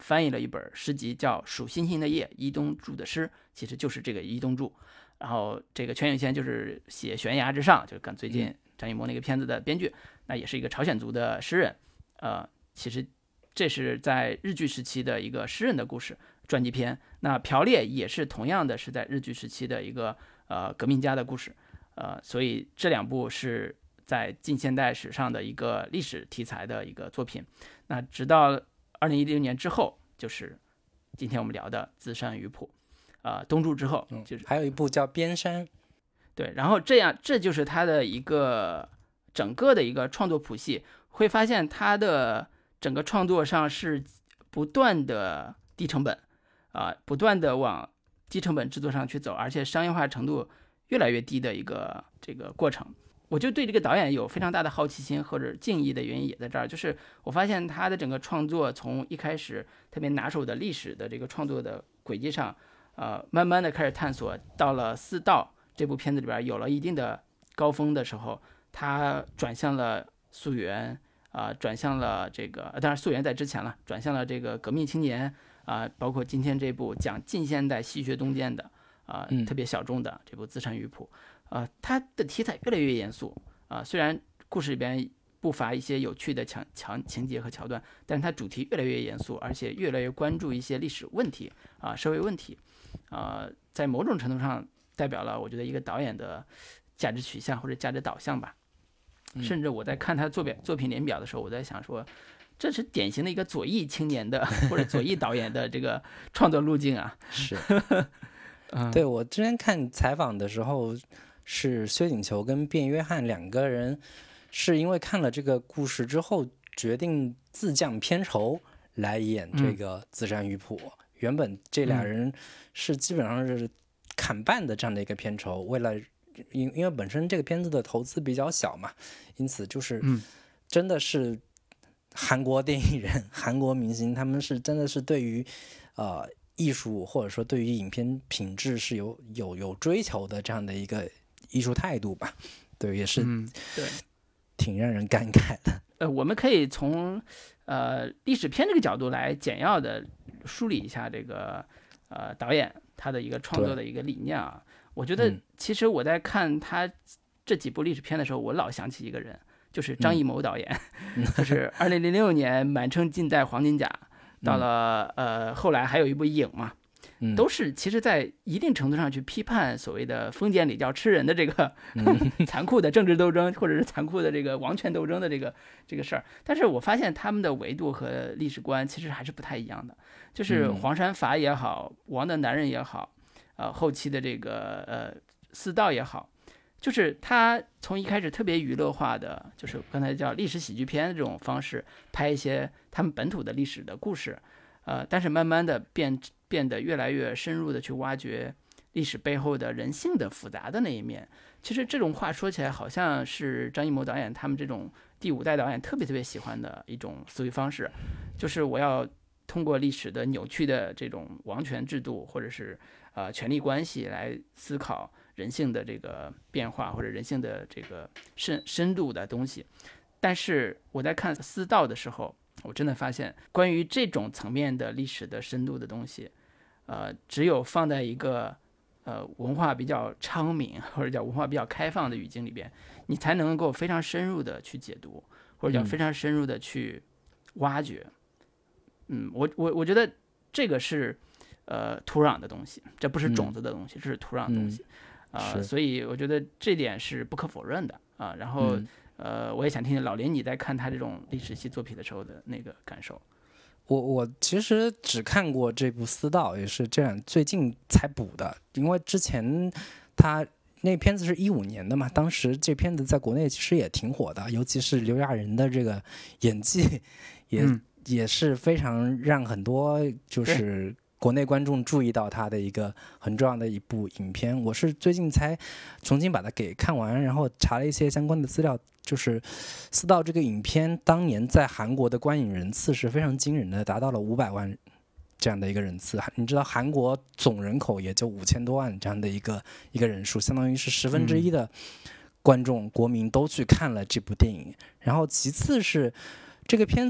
翻译了一本诗集，叫《数星星的夜》，伊东柱的诗，其实就是这个伊东柱。然后这个全永宪就是写《悬崖之上》，就是跟最近张艺谋那个片子的编剧，那也是一个朝鲜族的诗人。其实这是在日据时期的一个诗人的故事传记片。那朴烈也是同样的是在日据时期的一个革命家的故事。所以这两部是在近现代史上的一个历史题材的一个作品。那直到2016年之后，就是今天我们聊的《自山鱼谱》。东柱之后，就是还有一部叫《边山》。 对，然后这就是他的一个整个的一个创作谱系，会发现他的整个创作上是不断的低成本，不断的往低成本制作上去走，而且商业化程度越来越低的一个这个过程。我就对这个导演有非常大的好奇心或者敬意的原因也在这儿，就是我发现他的整个创作从一开始特别拿手的历史的这个创作的轨迹上，慢慢的开始探索，到了《四道》这部片子里边有了一定的高峰的时候，他转向了溯源，转向了这个，当然溯源在之前了，转向了这个革命青年，包括今天这部讲近现代戏谑东渐的，特别小众的这部《自山鱼谱》。它的题材越来越严肃，虽然故事里边不乏一些有趣的情节和桥段，但是它主题越来越严肃，而且越来越关注一些历史问题，社会问题，在某种程度上代表了我觉得一个导演的价值取向或者价值导向吧。甚至我在看他作品联表的时候，我在想说，这是典型的一个左翼青年的或者左翼导演的这个创作路径啊。 是，对，我之前看采访的时候，是薛景求跟卞约翰两个人是因为看了这个故事之后，决定自降片酬来演这个《自山鱼谱》。原本这俩人是基本上是砍半的这样的一个片酬，为了因为本身这个片子的投资比较小嘛，因此就是真的是韩国电影人、韩国明星，他们是真的是对于艺术或者说对于影片品质是有追求的这样的一个艺术态度吧。对，也是对， 挺让人感慨的。 我们可以从历史片这个角度来简要的梳理一下这个导演他的一个创作的一个理念啊。我觉得其实我在看他这几部历史片的时候，我老想起一个人，就是张艺谋导演，就是2006年满城尽带黄金甲，到了后来还有一部影嘛，都是其实在一定程度上去批判所谓的封建礼教吃人的这个残酷的政治斗争，或者是残酷的这个王权斗争的这个事儿。但是我发现他们的维度和历史观其实还是不太一样的，就是黄山法也好，王的男人也好，后期的这个四道也好，就是他从一开始特别娱乐化的，就是刚才叫历史喜剧片的这种方式拍一些他们本土的历史的故事，但是慢慢的变得越来越深入的去挖掘历史背后的人性的复杂的那一面。其实这种话说起来好像是张艺谋导演他们这种第五代导演特别喜欢的一种思维方式，就是我要通过历史的扭曲的这种王权制度或者是权力关系来思考人性的这个变化或者人性的这个深度的东西。但是我在看四道的时候，我真的发现关于这种层面的历史的深度的东西，只有放在一个文化比较昌明或者叫文化比较开放的语境里边，你才能够非常深入的去解读，或者叫非常深入的去挖掘。我觉得这个是土壤的东西，这不是种子的东西，这是土壤的东西。所以我觉得这点是不可否认的啊。然后我也想听听老林你在看他这种历史系作品的时候的那个感受。 我其实只看过这部《私道》，也是这样最近才补的，因为之前他那片子是15年的嘛，当时这片子在国内其实也挺火的，尤其是刘亚仁的这个演技也是非常让很多就是国内观众注意到他的一个很重要的一部影片。我是最近才重新把它给看完，然后查了一些相关的资料，就是《私道》这个影片当年在韩国的观影人次是非常惊人的，达到了500万这样的一个人次。你知道韩国总人口也就5000多万这样的一个人数，相当于是1/10的观众国民都去看了这部电影。然后其次是这个片子的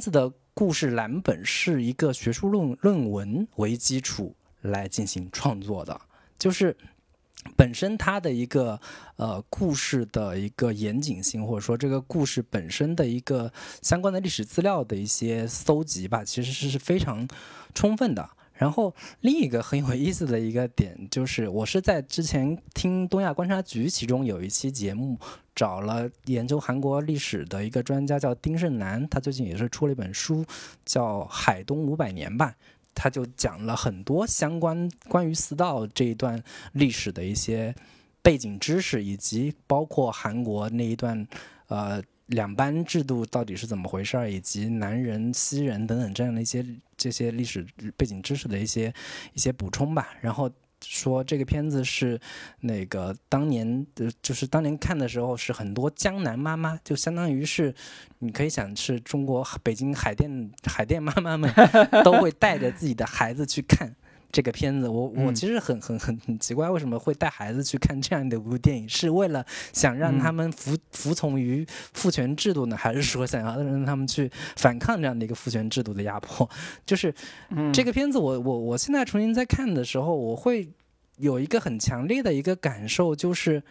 故事蓝本是一个学术论文为基础来进行创作的，就是本身它的一个故事的一个严谨性，或者说这个故事本身的一个相关的历史资料的一些搜集吧，其实是非常充分的。然后另一个很有意思的一个点就是，我是在之前听东亚观察局其中有一期节目，找了研究韩国历史的一个专家叫丁胜南，他最近也是出了一本书叫《海东500年》吧，他就讲了很多关于寺道这一段历史的一些背景知识，以及包括韩国那一段两班制度到底是怎么回事，以及南人、西人等等这样的这些历史背景知识的一些补充吧。然后说这个片子是那个当年看的时候是很多江南妈妈，就相当于是你可以想是中国北京海淀妈妈们都会带着自己的孩子去看这个片子。我其实很奇怪，为什么会带孩子去看这样的一部电影？是为了想让他们服从于父权制度呢，还是说想要让他们去反抗这样的一个父权制度的压迫？就是这个片子我现在重新在看的时候，我会有一个很强烈的一个感受，就是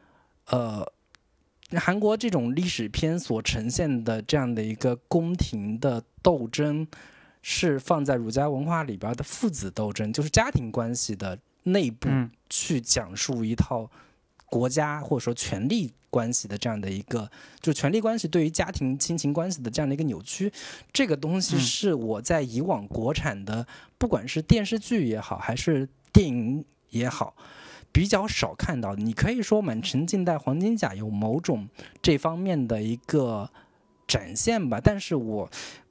韩国这种历史片所呈现的这样的一个宫廷的斗争，是放在儒家文化里边的父子斗争，就是家庭关系的内部去讲述一套国家或者说权力关系的这样的一个，就权力关系对于家庭亲情关系的这样的一个扭曲。这个东西是我在以往国产的不管是电视剧也好还是电影也好比较少看到的。你可以说满城尽带黄金甲有某种这方面的一个展现吧，但是我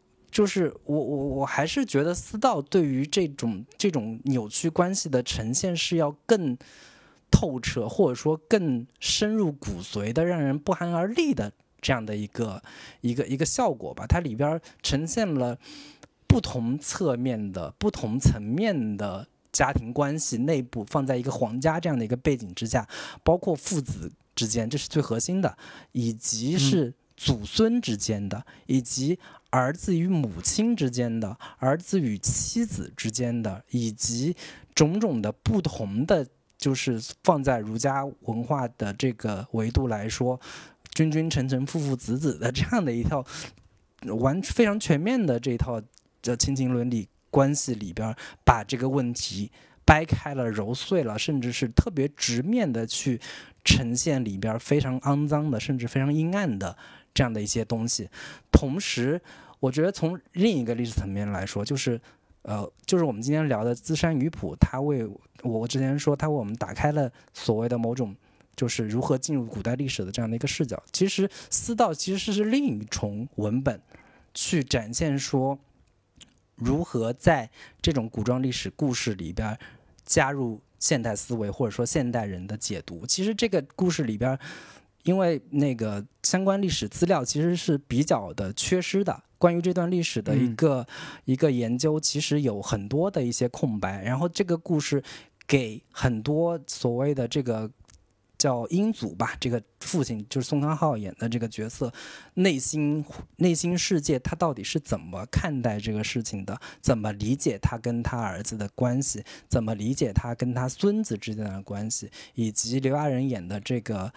还是觉得寺道对于这种扭曲关系的呈现是要更透彻，或者说更深入骨髓的，让人不寒而栗的这样的一个效果吧。它里边呈现了不同侧面的不同层面的家庭关系内部，放在一个皇家这样的一个背景之下，包括父子之间，这是最核心的，以及是祖孙之间的，以及儿子与母亲之间的，儿子与妻子之间的，以及种种的不同的，就是放在儒家文化的这个维度来说，君君臣臣父父子子的这样的一套非常全面的这一套亲情伦理关系里边，把这个问题掰开了揉碎了，甚至是特别直面的去呈现里边非常肮脏的甚至非常阴暗的这样的一些东西。同时我觉得从另一个历史层面来说，就是我们今天聊的资山鱼谱，我之前说它为我们打开了所谓的某种就是如何进入古代历史的这样的一个视角。其实寺道其实是另一重文本，去展现说如何在这种古装历史故事里边加入现代思维，或者说现代人的解读。其实这个故事里边，因为那个相关历史资料其实是比较的缺失的，关于这段历史的一个研究其实有很多的一些空白，然后这个故事给很多所谓的这个叫英祖吧，这个父亲就是宋康昊演的这个角色，内心世界他到底是怎么看待这个事情的，怎么理解他跟他儿子的关系，怎么理解他跟他孙子之间的关系，以及刘亚仁演的这个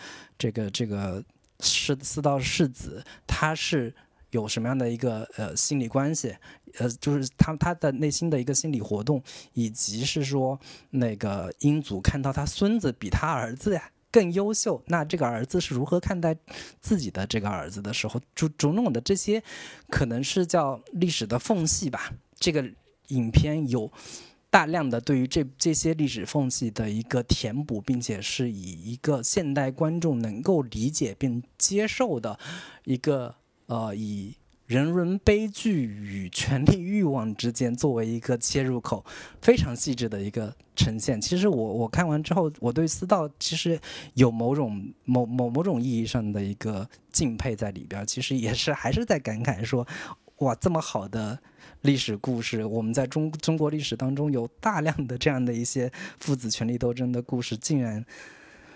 寺道世子，他是有什么样的一个心理关系，就是他的内心的一个心理活动，以及是说那个英祖看到他孙子比他儿子呀更优秀，那这个儿子是如何看待自己的这个儿子的时候，种种的这些可能是叫历史的缝隙吧。这个影片有大量的对于这些历史缝隙的一个填补，并且是以一个现代观众能够理解并接受的一个以人伦悲剧与权力欲望之间作为一个切入口，非常细致的一个呈现。其实我看完之后，我对寺道其实有某种意义上的一个敬佩在里边，其实也是还是在感慨说，哇，这么好的历史故事，我们在中国历史当中有大量的这样的一些父子权力斗争的故事，竟然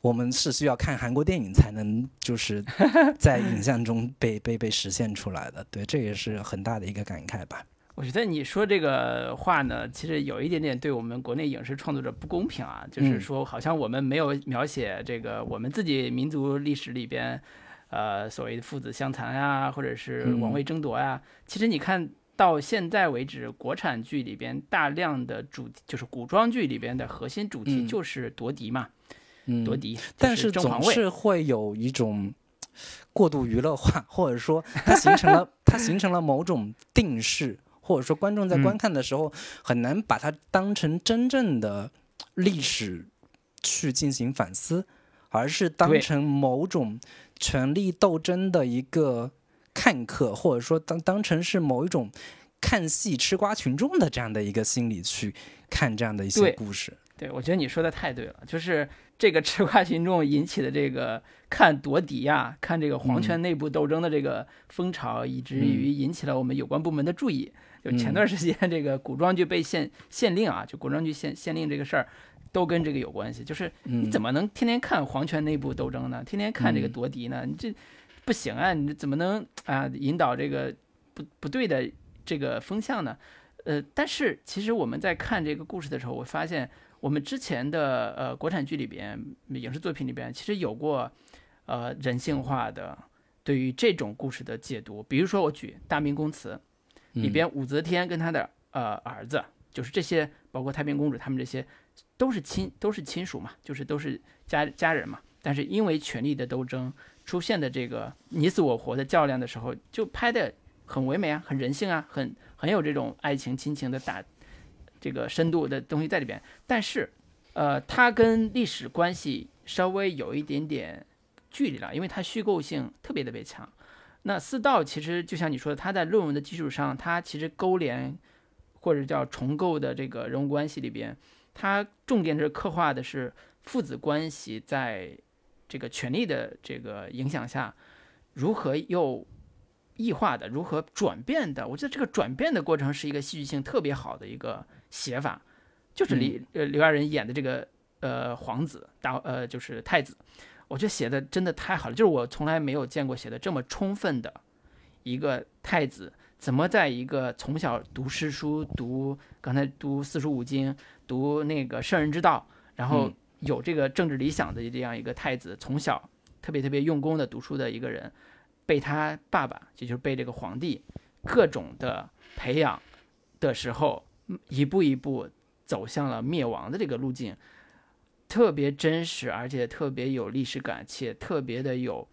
我们是需要看韩国电影才能就是在影像中被实现出来的。对，这也是很大的一个感慨吧。 我觉得你说这个话呢，其实有一点点对我们国内影视创作者不公平啊，就是说好像我们没有描写这个我们自己民族历史里边，所谓的父子相残呀，或者是王位争夺呀。其实你看到现在为止，国产剧里边大量的就是古装剧里边的核心主题就是夺嫡嘛，夺嫡。 但是总是会有一种过度娱乐化，或者说它形成了某种定式。或者说观众在观看的时候很难把它当成真正的历史去进行反思，而是当成某种权力斗争的一个看客，或者说当成是某一种看戏吃瓜群众的这样的一个心理去看这样的一些故事。 对，我觉得你说的太对了，就是这个吃瓜群众引起的这个看夺嫡啊，看这个皇权内部斗争的这个风潮，以至于引起了我们有关部门的注意。就前段时间这个古装剧被限令啊，就古装剧限令这个事儿，都跟这个有关系。就是你怎么能天天看皇权内部斗争呢？天天看这个夺嫡呢？你这不行啊！你怎么能引导这个不对的这个风向呢？但是其实我们在看这个故事的时候，我发现我们之前的国产剧里边、影视作品里边，其实有过人性化的对于这种故事的解读。比如说我举《大明宫词》里边，武则天跟她的儿子，就是这些，包括太平公主，他们这些都是亲属嘛，就是都是家人嘛。但是因为权力的斗争出现的这个你死我活的较量的时候，就拍的很唯美啊，很人性啊，很有这种爱情亲情的这个深度的东西在里边。但是它跟历史关系稍微有一点点距离了，因为它虚构性特别强。那四道其实就像你说的，他在论文的基础上，他其实勾连或者叫重构的这个人物关系里边，他重点是刻画的是父子关系在这个权力的这个影响下，如何又异化的，如何转变的。我觉得这个转变的过程是一个戏剧性特别好的一个写法，就是刘亚仁演的这个皇子就是太子。我觉得写的真的太好了，就是我从来没有见过写的这么充分的一个太子，怎么在一个从小读诗书、刚才读四书五经、读那个圣人之道，然后有这个政治理想的这样一个太子，从小特别用功的读书的一个人，被他爸爸，也就是被这个皇帝各种的培养的时候，一步一步走向了灭亡的这个路径。特别真实，而且特别有历史感，且特别的有，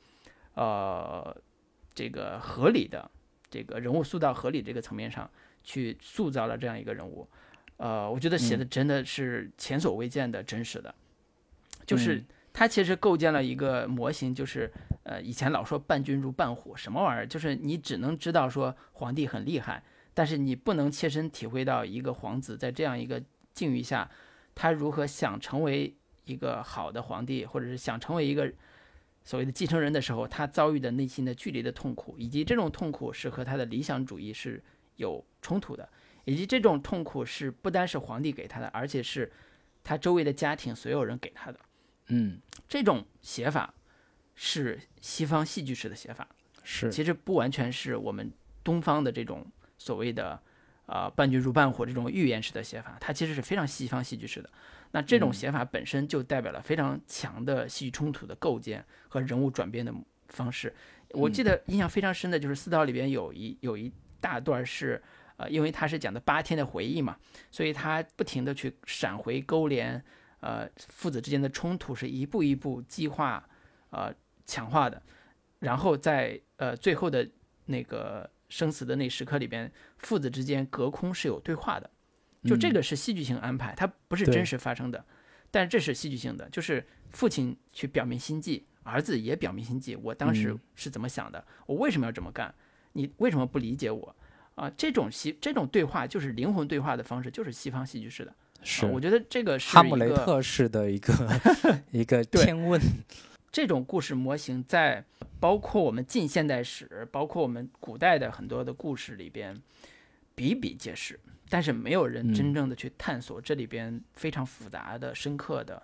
这个合理的这个人物塑造合理这个层面上去塑造了这样一个人物，我觉得写的真的是前所未见的真实的，就是他其实构建了一个模型，就是以前老说伴君如伴虎，什么玩意儿？就是你只能知道说皇帝很厉害，但是你不能切身体会到一个皇子在这样一个境遇下，他如何想成为一个好的皇帝，或者是想成为一个所谓的继承人的时候，他遭遇的内心的剧烈的痛苦，以及这种痛苦是和他的理想主义是有冲突的，以及这种痛苦是不单是皇帝给他的，而且是他周围的家庭所有人给他的。这种写法是西方戏剧式的写法，其实不完全是我们东方的这种所谓的伴君如伴虎这种寓言式的写法，它其实是非常西方戏剧式的。那这种写法本身就代表了非常强的戏剧冲突的构建和人物转变的方式。我记得印象非常深的就是四道里边有一大段是因为他是讲的8天的回忆嘛，所以他不停的去闪回勾连父子之间的冲突是一步一步激化强化的，然后在最后的那个生死的那时刻里边，父子之间隔空是有对话的，就这个是戏剧性安排，它不是真实发生的，但这是戏剧性的，就是父亲去表明心迹，儿子也表明心迹，我当时是怎么想的，我为什么要这么干，你为什么不理解我这种对话就是灵魂对话的方式，就是西方戏剧式的，我觉得这个是哈姆雷特式的一个天问。 这种故事模型在包括我们近现代史，包括我们古代的很多的故事里边比比皆是，但是没有人真正的去探索这里边非常复杂的深刻的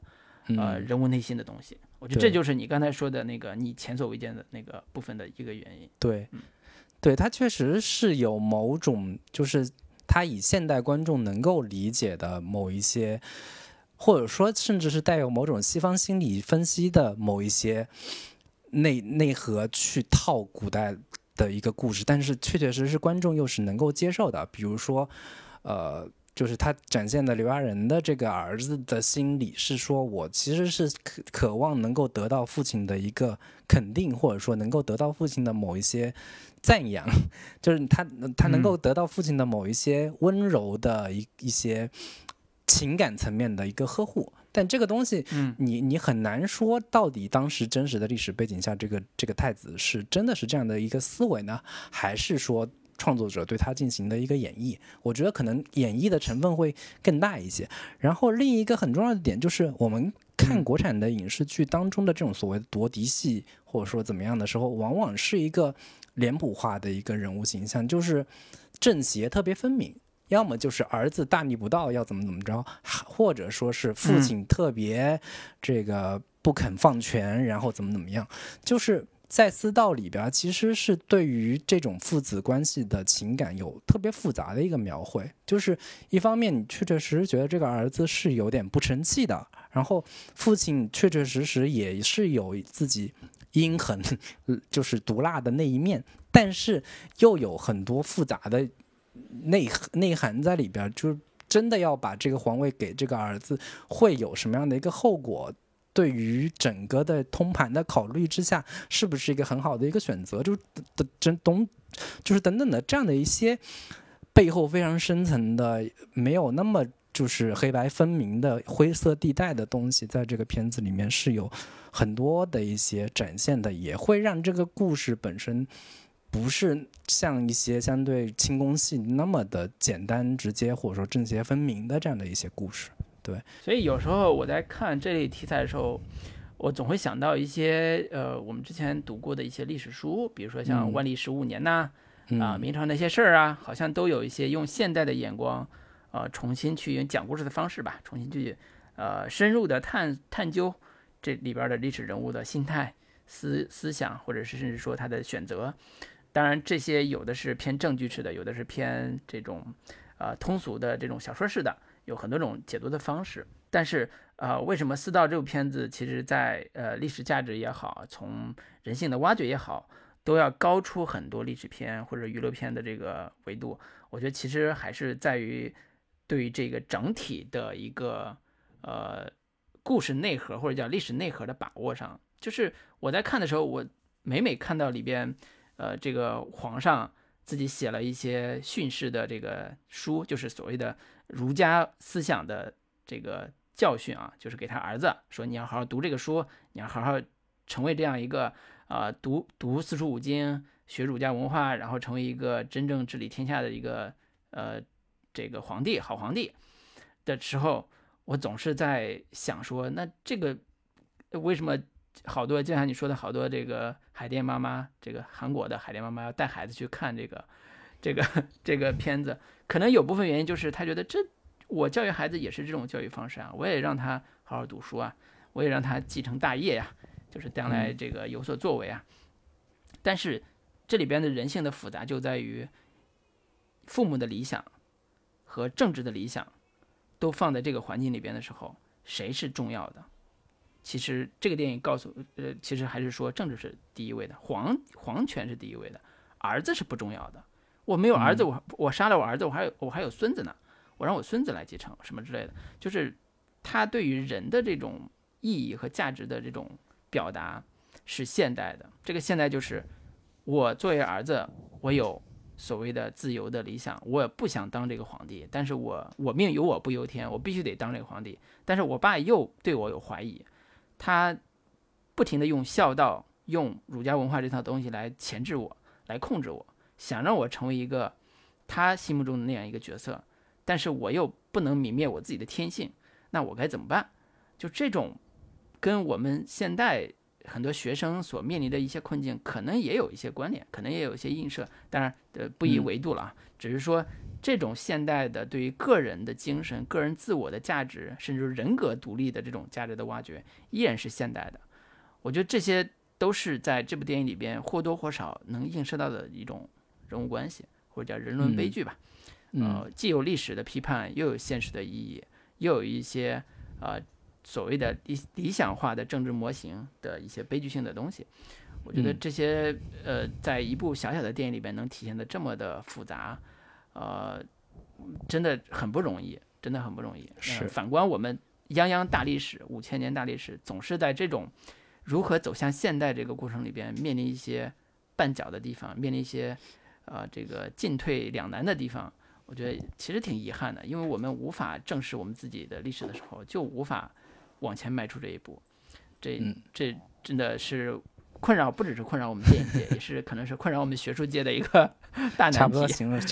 人物内心的东西。我觉得这就是你刚才说的那个你前所未见的那个部分的一个原因。 对，它确实是有某种，就是它以现代观众能够理解的某一些，或者说甚至是带有某种西方心理分析的某一些内核去套古代的一个故事，但是确确实实观众又是能够接受的。比如说就是他展现的刘亚仁的这个儿子的心理是说，我其实是渴望能够得到父亲的一个肯定，或者说能够得到父亲的某一些赞扬，就是他能够得到父亲的某一些温柔的一些情感层面的一个呵护。但这个东西你很难说到底当时真实的历史背景下这个太子是真的是这样的一个思维呢，还是说创作者对他进行的一个演绎。我觉得可能演绎的成分会更大一些。然后另一个很重要的点就是我们看国产的影视剧当中的这种所谓的夺嫡系或者说怎么样的时候，往往是一个脸谱化的一个人物形象，就是正邪特别分明，要么就是儿子大逆不道要怎么着，或者说是父亲特别这个不肯放权，然后怎么样。就是在私道里边其实是对于这种父子关系的情感有特别复杂的一个描绘。就是一方面你确确实实觉得这个儿子是有点不成器的，然后父亲确确实实也是有自己阴狠就是毒辣的那一面，但是又有很多复杂的内涵在里边，就是真的要把这个皇位给这个儿子会有什么样的一个后果，对于整个的通盘的考虑之下是不是一个很好的一个选择，就是等等的这样的一些背后非常深层的没有那么就是黑白分明的灰色地带的东西，在这个片子里面是有很多的一些展现的，也会让这个故事本身不是像一些相对清宫戏那么的简单直接或者说正邪分明的这样的一些故事。对，所以有时候我在看这类题材的时候，我总会想到一些我们之前读过的一些历史书，比如说像万历15年呐，明朝那些事儿啊，好像都有一些用现代的眼光重新去用讲故事的方式吧，重新去深入的探究这里边的历史人物的心态、思想，或者是甚至说他的选择。当然这些有的是偏证据式的，有的是偏这种通俗的这种小说式的，有很多种解读的方式。但是为什么《私道》这部片子其实在历史价值也好，从人性的挖掘也好，都要高出很多历史片或者娱乐片的这个维度？我觉得其实还是在于对于这个整体的一个故事内核或者叫历史内核的把握上。就是我在看的时候，我每看到里边这个皇上自己写了一些训示的这个书，就是所谓的儒家思想的这个教训啊，就是给他儿子说，你要好好读这个书，你要好好成为这样一个读四书五经，学儒家文化，然后成为一个真正治理天下的一个这个皇帝，好皇帝的时候，我总是在想说，那这个为什么好多就像你说的好多这个海淀妈妈，这个韩国的海淀妈妈要带孩子去看这个片子，可能有部分原因就是他觉得我教育孩子也是这种教育方式啊，我也让他好好读书啊，我也让他继承大业呀，就是将来这个有所作为啊。但是这里边的人性的复杂就在于父母的理想和政治的理想都放在这个环境里边的时候，谁是重要的？其实这个电影告诉其实还是说政治是第一位的，皇权是第一位的，儿子是不重要的。我没有儿子，我杀了我儿子，我还有孙子呢，我让我孙子来继承什么之类的。就是他对于人的这种意义和价值的这种表达是现代的。这个现代就是我作为儿子，我有所谓的自由的理想，我也不想当这个皇帝，但是我命由我不由天，我必须得当这个皇帝。但是我爸又对我有怀疑，他不停地用孝道、用儒家文化这套东西来钳制我，来控制我，想让我成为一个他心目中的那样一个角色，但是我又不能泯灭我自己的天性，那我该怎么办？就这种跟我们现代很多学生所面临的一些困境，可能也有一些关联，可能也有一些映射。当然，不以为度了啊，只是说这种现代的对于个人的精神、个人自我的价值，甚至人格独立的这种价值的挖掘，依然是现代的。我觉得这些都是在这部电影里边或多或少能映射到的一种人物关系，或者叫人伦悲剧吧。既有历史的批判，又有现实的意义，又有一些所谓的理想化的政治模型的一些悲剧性的东西。我觉得这些在一部小小的电影里边能体现的这么的复杂，真的很不容易，真的很不容易。反观我们泱泱大历史，5000年大历史，总是在这种如何走向现代这个过程里边，面临一些绊脚的地方，面临一些这个进退两难的地方。我觉得其实挺遗憾的，因为我们无法正视我们自己的历史的时候，就无法往前迈出这一步。这真的是困扰，不只是困扰我们电影界，也是可能是困扰我们学术界的一个大难题。 差不多行了。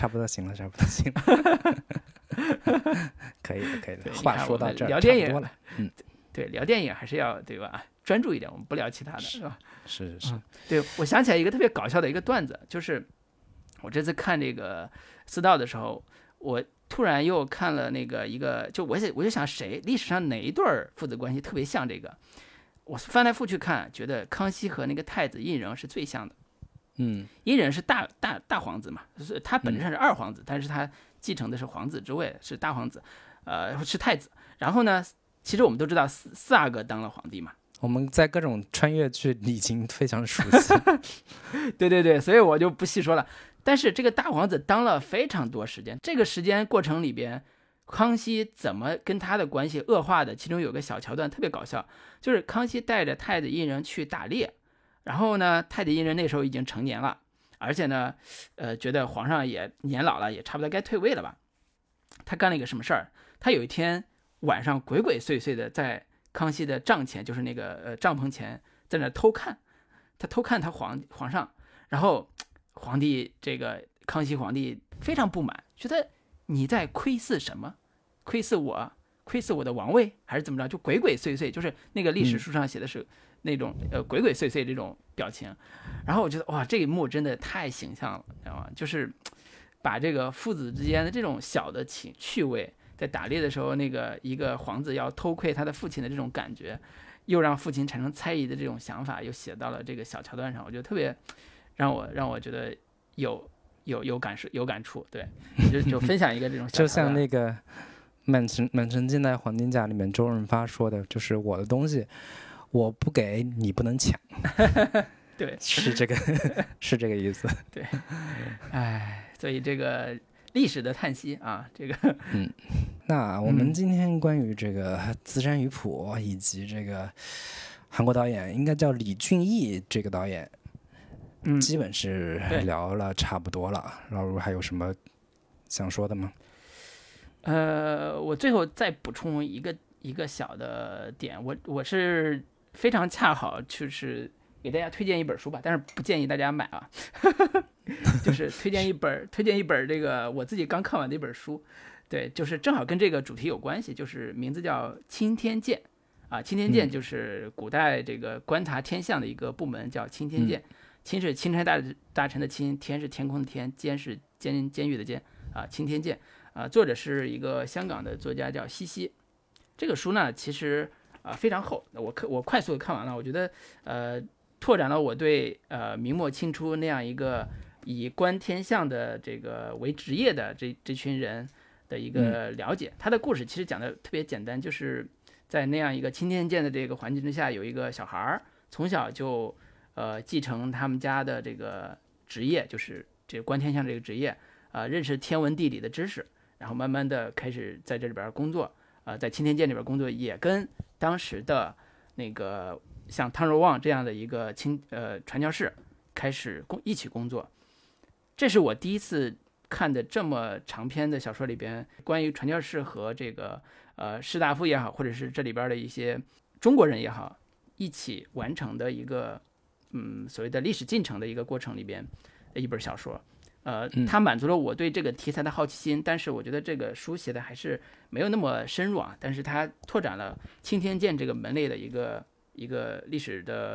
可以的。话说到这儿， 聊电影差不多了。 对，聊电影还是要对吧？专注一点，我们不聊其他的，是吧？ 是。 对，我想起来一个特别搞笑的一个段子，就是我这次看这个私道的时候，我突然又看了那个就我就想历史上哪一对父子关系特别像这个？我翻来覆去看，觉得康熙和那个太子胤禛是最像的。胤禛是大皇子嘛，他本质上是二皇子，但是他继承的是皇子之位，是大皇子，是太子。然后呢，其实我们都知道四阿哥当了皇帝嘛。 我们在各种穿越剧已经非常熟悉。 对，所以我就不细说了。但是这个大皇子当了非常多时间，这个时间过程里边，康熙怎么跟他的关系恶化的？其中有个小桥段特别搞笑，就是康熙带着太子胤禛去打猎，然后呢，太子胤禛那时候已经成年了，而且呢，觉得皇上也年老了，也差不多该退位了吧。他干了一个什么事儿？他有一天晚上鬼鬼祟祟的在康熙的帐前，就是那个帐篷前，在那偷看，他偷看他皇上，然后康熙皇帝非常不满，觉得你在窥视什么？窥视我的王位，还是怎么着？就鬼鬼祟祟，就是那个历史书上写的是那种鬼鬼祟祟这种表情。然后我觉得哇，这一幕真的太形象了，你知道吗？就是把这个父子之间的这种小的趣味，在打猎的时候，那个一个皇子要偷窥他的父亲的这种感觉，又让父亲产生猜疑的这种想法，又写到了这个小桥段上，我觉得特别让我觉得有感触。对，就分享一个这种小桥段。 就像那个满城尽带黄金甲里面周润发说的，就是我的东西我不给你不能抢。 对， 是这个意思。 对，所以这个历史的叹息啊，这个那我们今天关于这个资山鱼谱以及这个韩国导演应该叫李俊毅这个导演，基本是聊了差不多了。老卢还有什么想说的吗？ 我最后再补充一个小的点，我是非常恰好就是给大家推荐一本书吧，但是不建议大家买啊，就是推荐一本这个我自己刚看完的一本书，对，就是正好跟这个主题有关系，就是名字叫《钦天监》啊，钦天监就是古代这个观察天象的一个部门，叫钦天监。钦是钦差大臣的钦，天是天空的天，监是监狱的监啊，钦天监啊，作者是一个香港的作家叫西西。这个书呢，其实非常厚，我快速的看完了，我觉得拓展了我对明末清初那样一个以观天象的这个为职业的这群人的一个了解。他的故事其实讲的特别简单，就是在那样一个钦天监的这个环境之下，有一个小孩从小就继承他们家的这个职业，就是这个观天象这个职业，认识天文地理的知识，然后慢慢的开始在这里边工作，在钦天监里边工作，也跟当时的那个像汤若望这样的一个传教士开始一起工作。这是我第一次看的这么长篇的小说里边关于传教士和这个士大夫也好，或者是这里边的一些中国人也好，一起完成的一个所谓的历史进程的一个过程里边的一本小说。它满足了我对这个题材的好奇心，但是我觉得这个书写的还是没有那么深入啊。但是它拓展了钦天监这个门类的一个历史的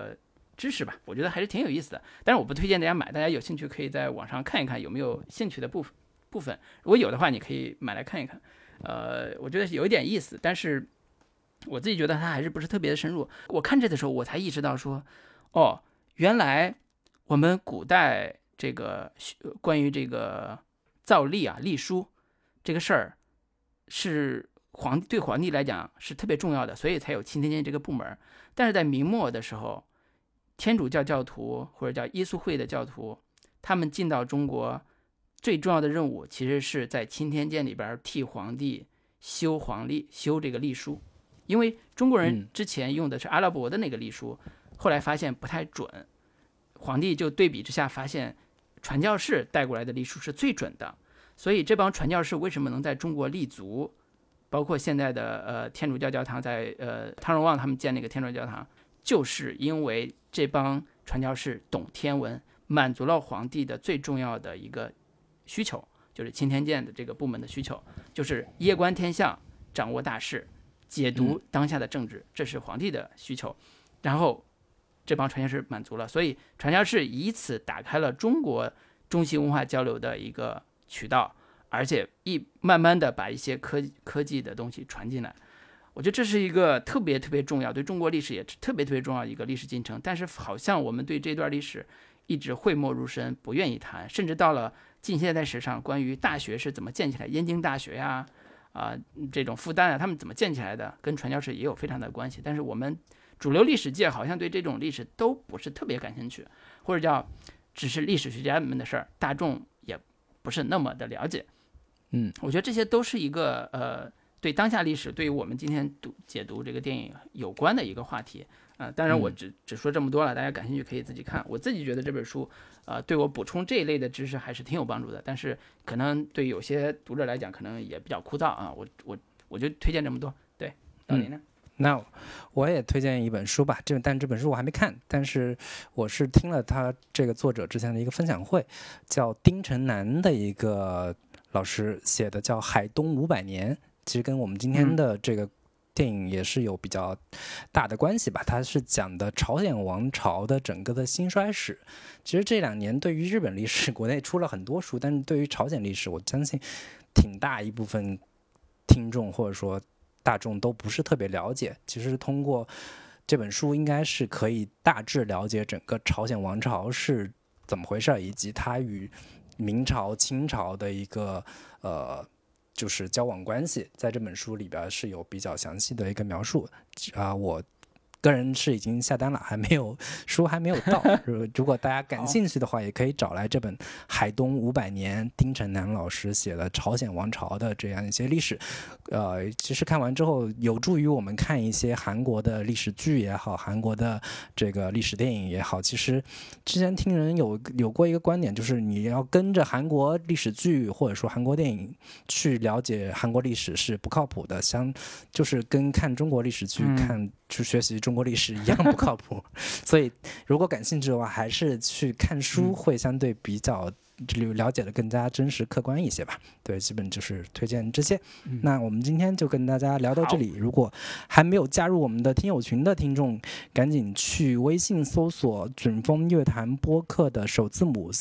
知识吧，我觉得还是挺有意思的。但是我不推荐大家买，大家有兴趣可以在网上看一看有没有兴趣的部分，如果有的话，你可以买来看一看。我觉得有一点意思，但是我自己觉得它还是不是特别的深入。我看这的时候，我才意识到说，哦，原来我们古代这个关于这个造历啊、历书这个事儿，是对皇帝来讲是特别重要的，所以才有钦天监这个部门。但是在明末的时候，天主教教徒或者叫耶稣会的教徒，他们进到中国最重要的任务，其实是在钦天监里边替皇帝修皇历，修这个历书。因为中国人之前用的是阿拉伯的那个历书，后来发现不太准，皇帝就对比之下发现传教士带过来的历书是最准的，所以这帮传教士为什么能在中国立足，包括现在的天主教教堂，在汤若望他们建那个天主教教堂，就是因为这帮传教士懂天文，满足了皇帝的最重要的一个需求，就是钦天监的这个部门的需求，就是夜观天象，掌握大事，解读当下的政治，这是皇帝的需求。然后这帮传教士满足了，所以传教士以此打开了中国中西文化交流的一个渠道，而且慢慢的把一些科技的东西传进来。我觉得这是一个特别特别重要，对中国历史也特别特别重要一个历史进程。但是好像我们对这段历史一直讳莫如深，不愿意谈，甚至到了近现代史上，关于大学是怎么建起来，燕京大学呀，这种复旦啊，他们怎么建起来的，跟传教士也有非常大的关系。但是我们主流历史界好像对这种历史都不是特别感兴趣，或者叫只是历史学家们的事儿，大众也不是那么的了解。我觉得这些都是一个对当下历史，对于我们今天解读这个电影有关的一个话题。当然我只说这么多了，大家感兴趣可以自己看。我自己觉得这本书对我补充这一类的知识还是挺有帮助的，但是可能对有些读者来讲可能也比较枯燥啊。我就推荐这么多。对，到您呢？ 那我也推荐一本书吧，但这本书我还没看，但是我是听了他这个作者之前的一个分享会，叫丁晨南的一个老师写的，叫《海东500年》，其实跟我们今天的这个电影也是有比较大的关系吧。它是讲的朝鲜王朝的整个的兴衰史。其实这2年对于日本历史国内出了很多书，但是对于朝鲜历史，我相信挺大一部分听众或者说大众都不是特别了解。其实通过这本书应该是可以大致了解整个朝鲜王朝是怎么回事，以及它与明朝清朝的一个就是交往关系，在这本书里边是有比较详细的一个描述。我个人是已经下单了，书还没有到。如果大家感兴趣的话，也可以找来这本《海东500年》，丁晨南老师写的朝鲜王朝的这样一些历史。其实看完之后，有助于我们看一些韩国的历史剧也好，韩国的这个历史电影也好。其实之前听人有过一个观点，就是你要跟着韩国历史剧或者说韩国电影去了解韩国历史是不靠谱的，就是跟看中国历史剧去学习中国历史一样不靠谱。所以如果感兴趣的话，还是去看书会相对比较了解的更加真实客观一些吧。对，基本就是推荐这些。那我们今天就跟大家聊到这里。如果还没有加入我们的听友群的听众，赶紧去微信搜索准风乐坛播客的首字母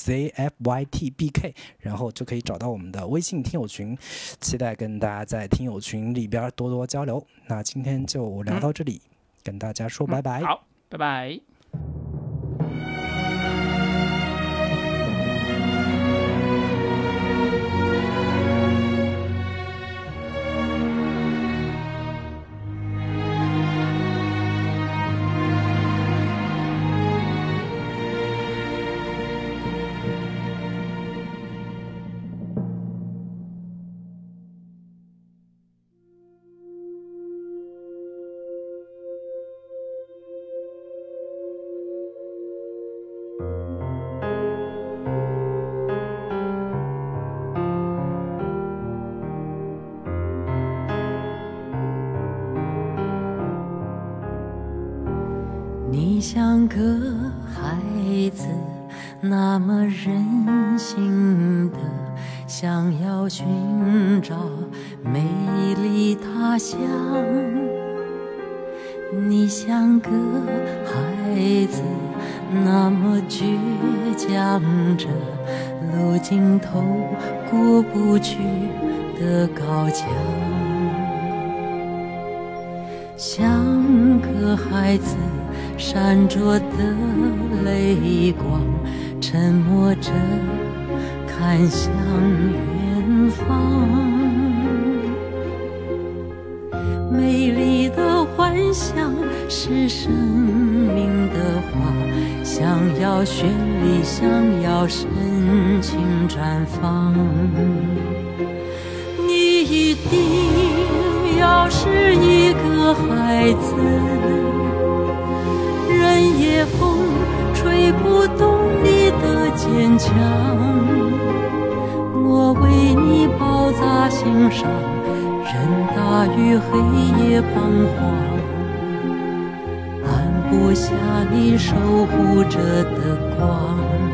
ZFYTBK， 然后就可以找到我们的微信听友群。期待跟大家在听友群里边多多交流。那今天就聊到这里，跟大家说拜拜。 好，拜拜。 你像个孩子，那么任性的想要寻找美丽他乡。 你像个孩子，那么倔强着，路尽头过不去的高墙。像个孩子，闪着的泪光，沉默着看向远方。美丽的幻想是生命的花，想要绚丽，想要深情绽放。你一定要是一个孩子，任夜风吹不动你的坚强，我为你包扎心上，任大雨黑夜彷徨，按不下你守护着的光。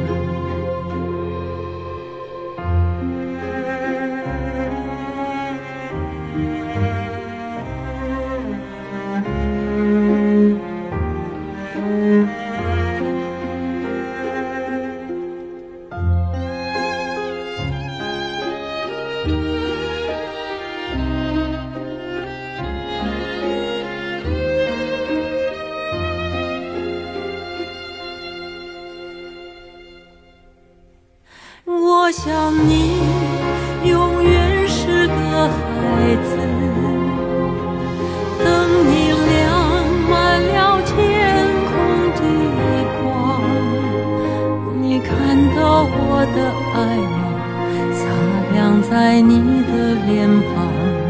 我想你永远是个孩子，等你亮满了天空的光。你看到我的爱吗？洒亮在你的脸庞。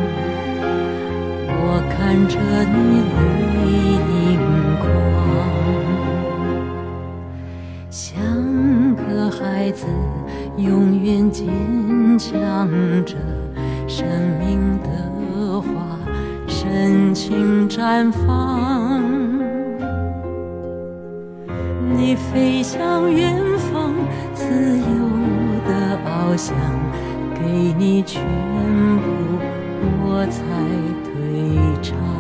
我看着你泪盈眶，像个孩子永远坚强着，生命的花深情绽放。你飞向远方，自由的翱翔，给你全部，我才退场。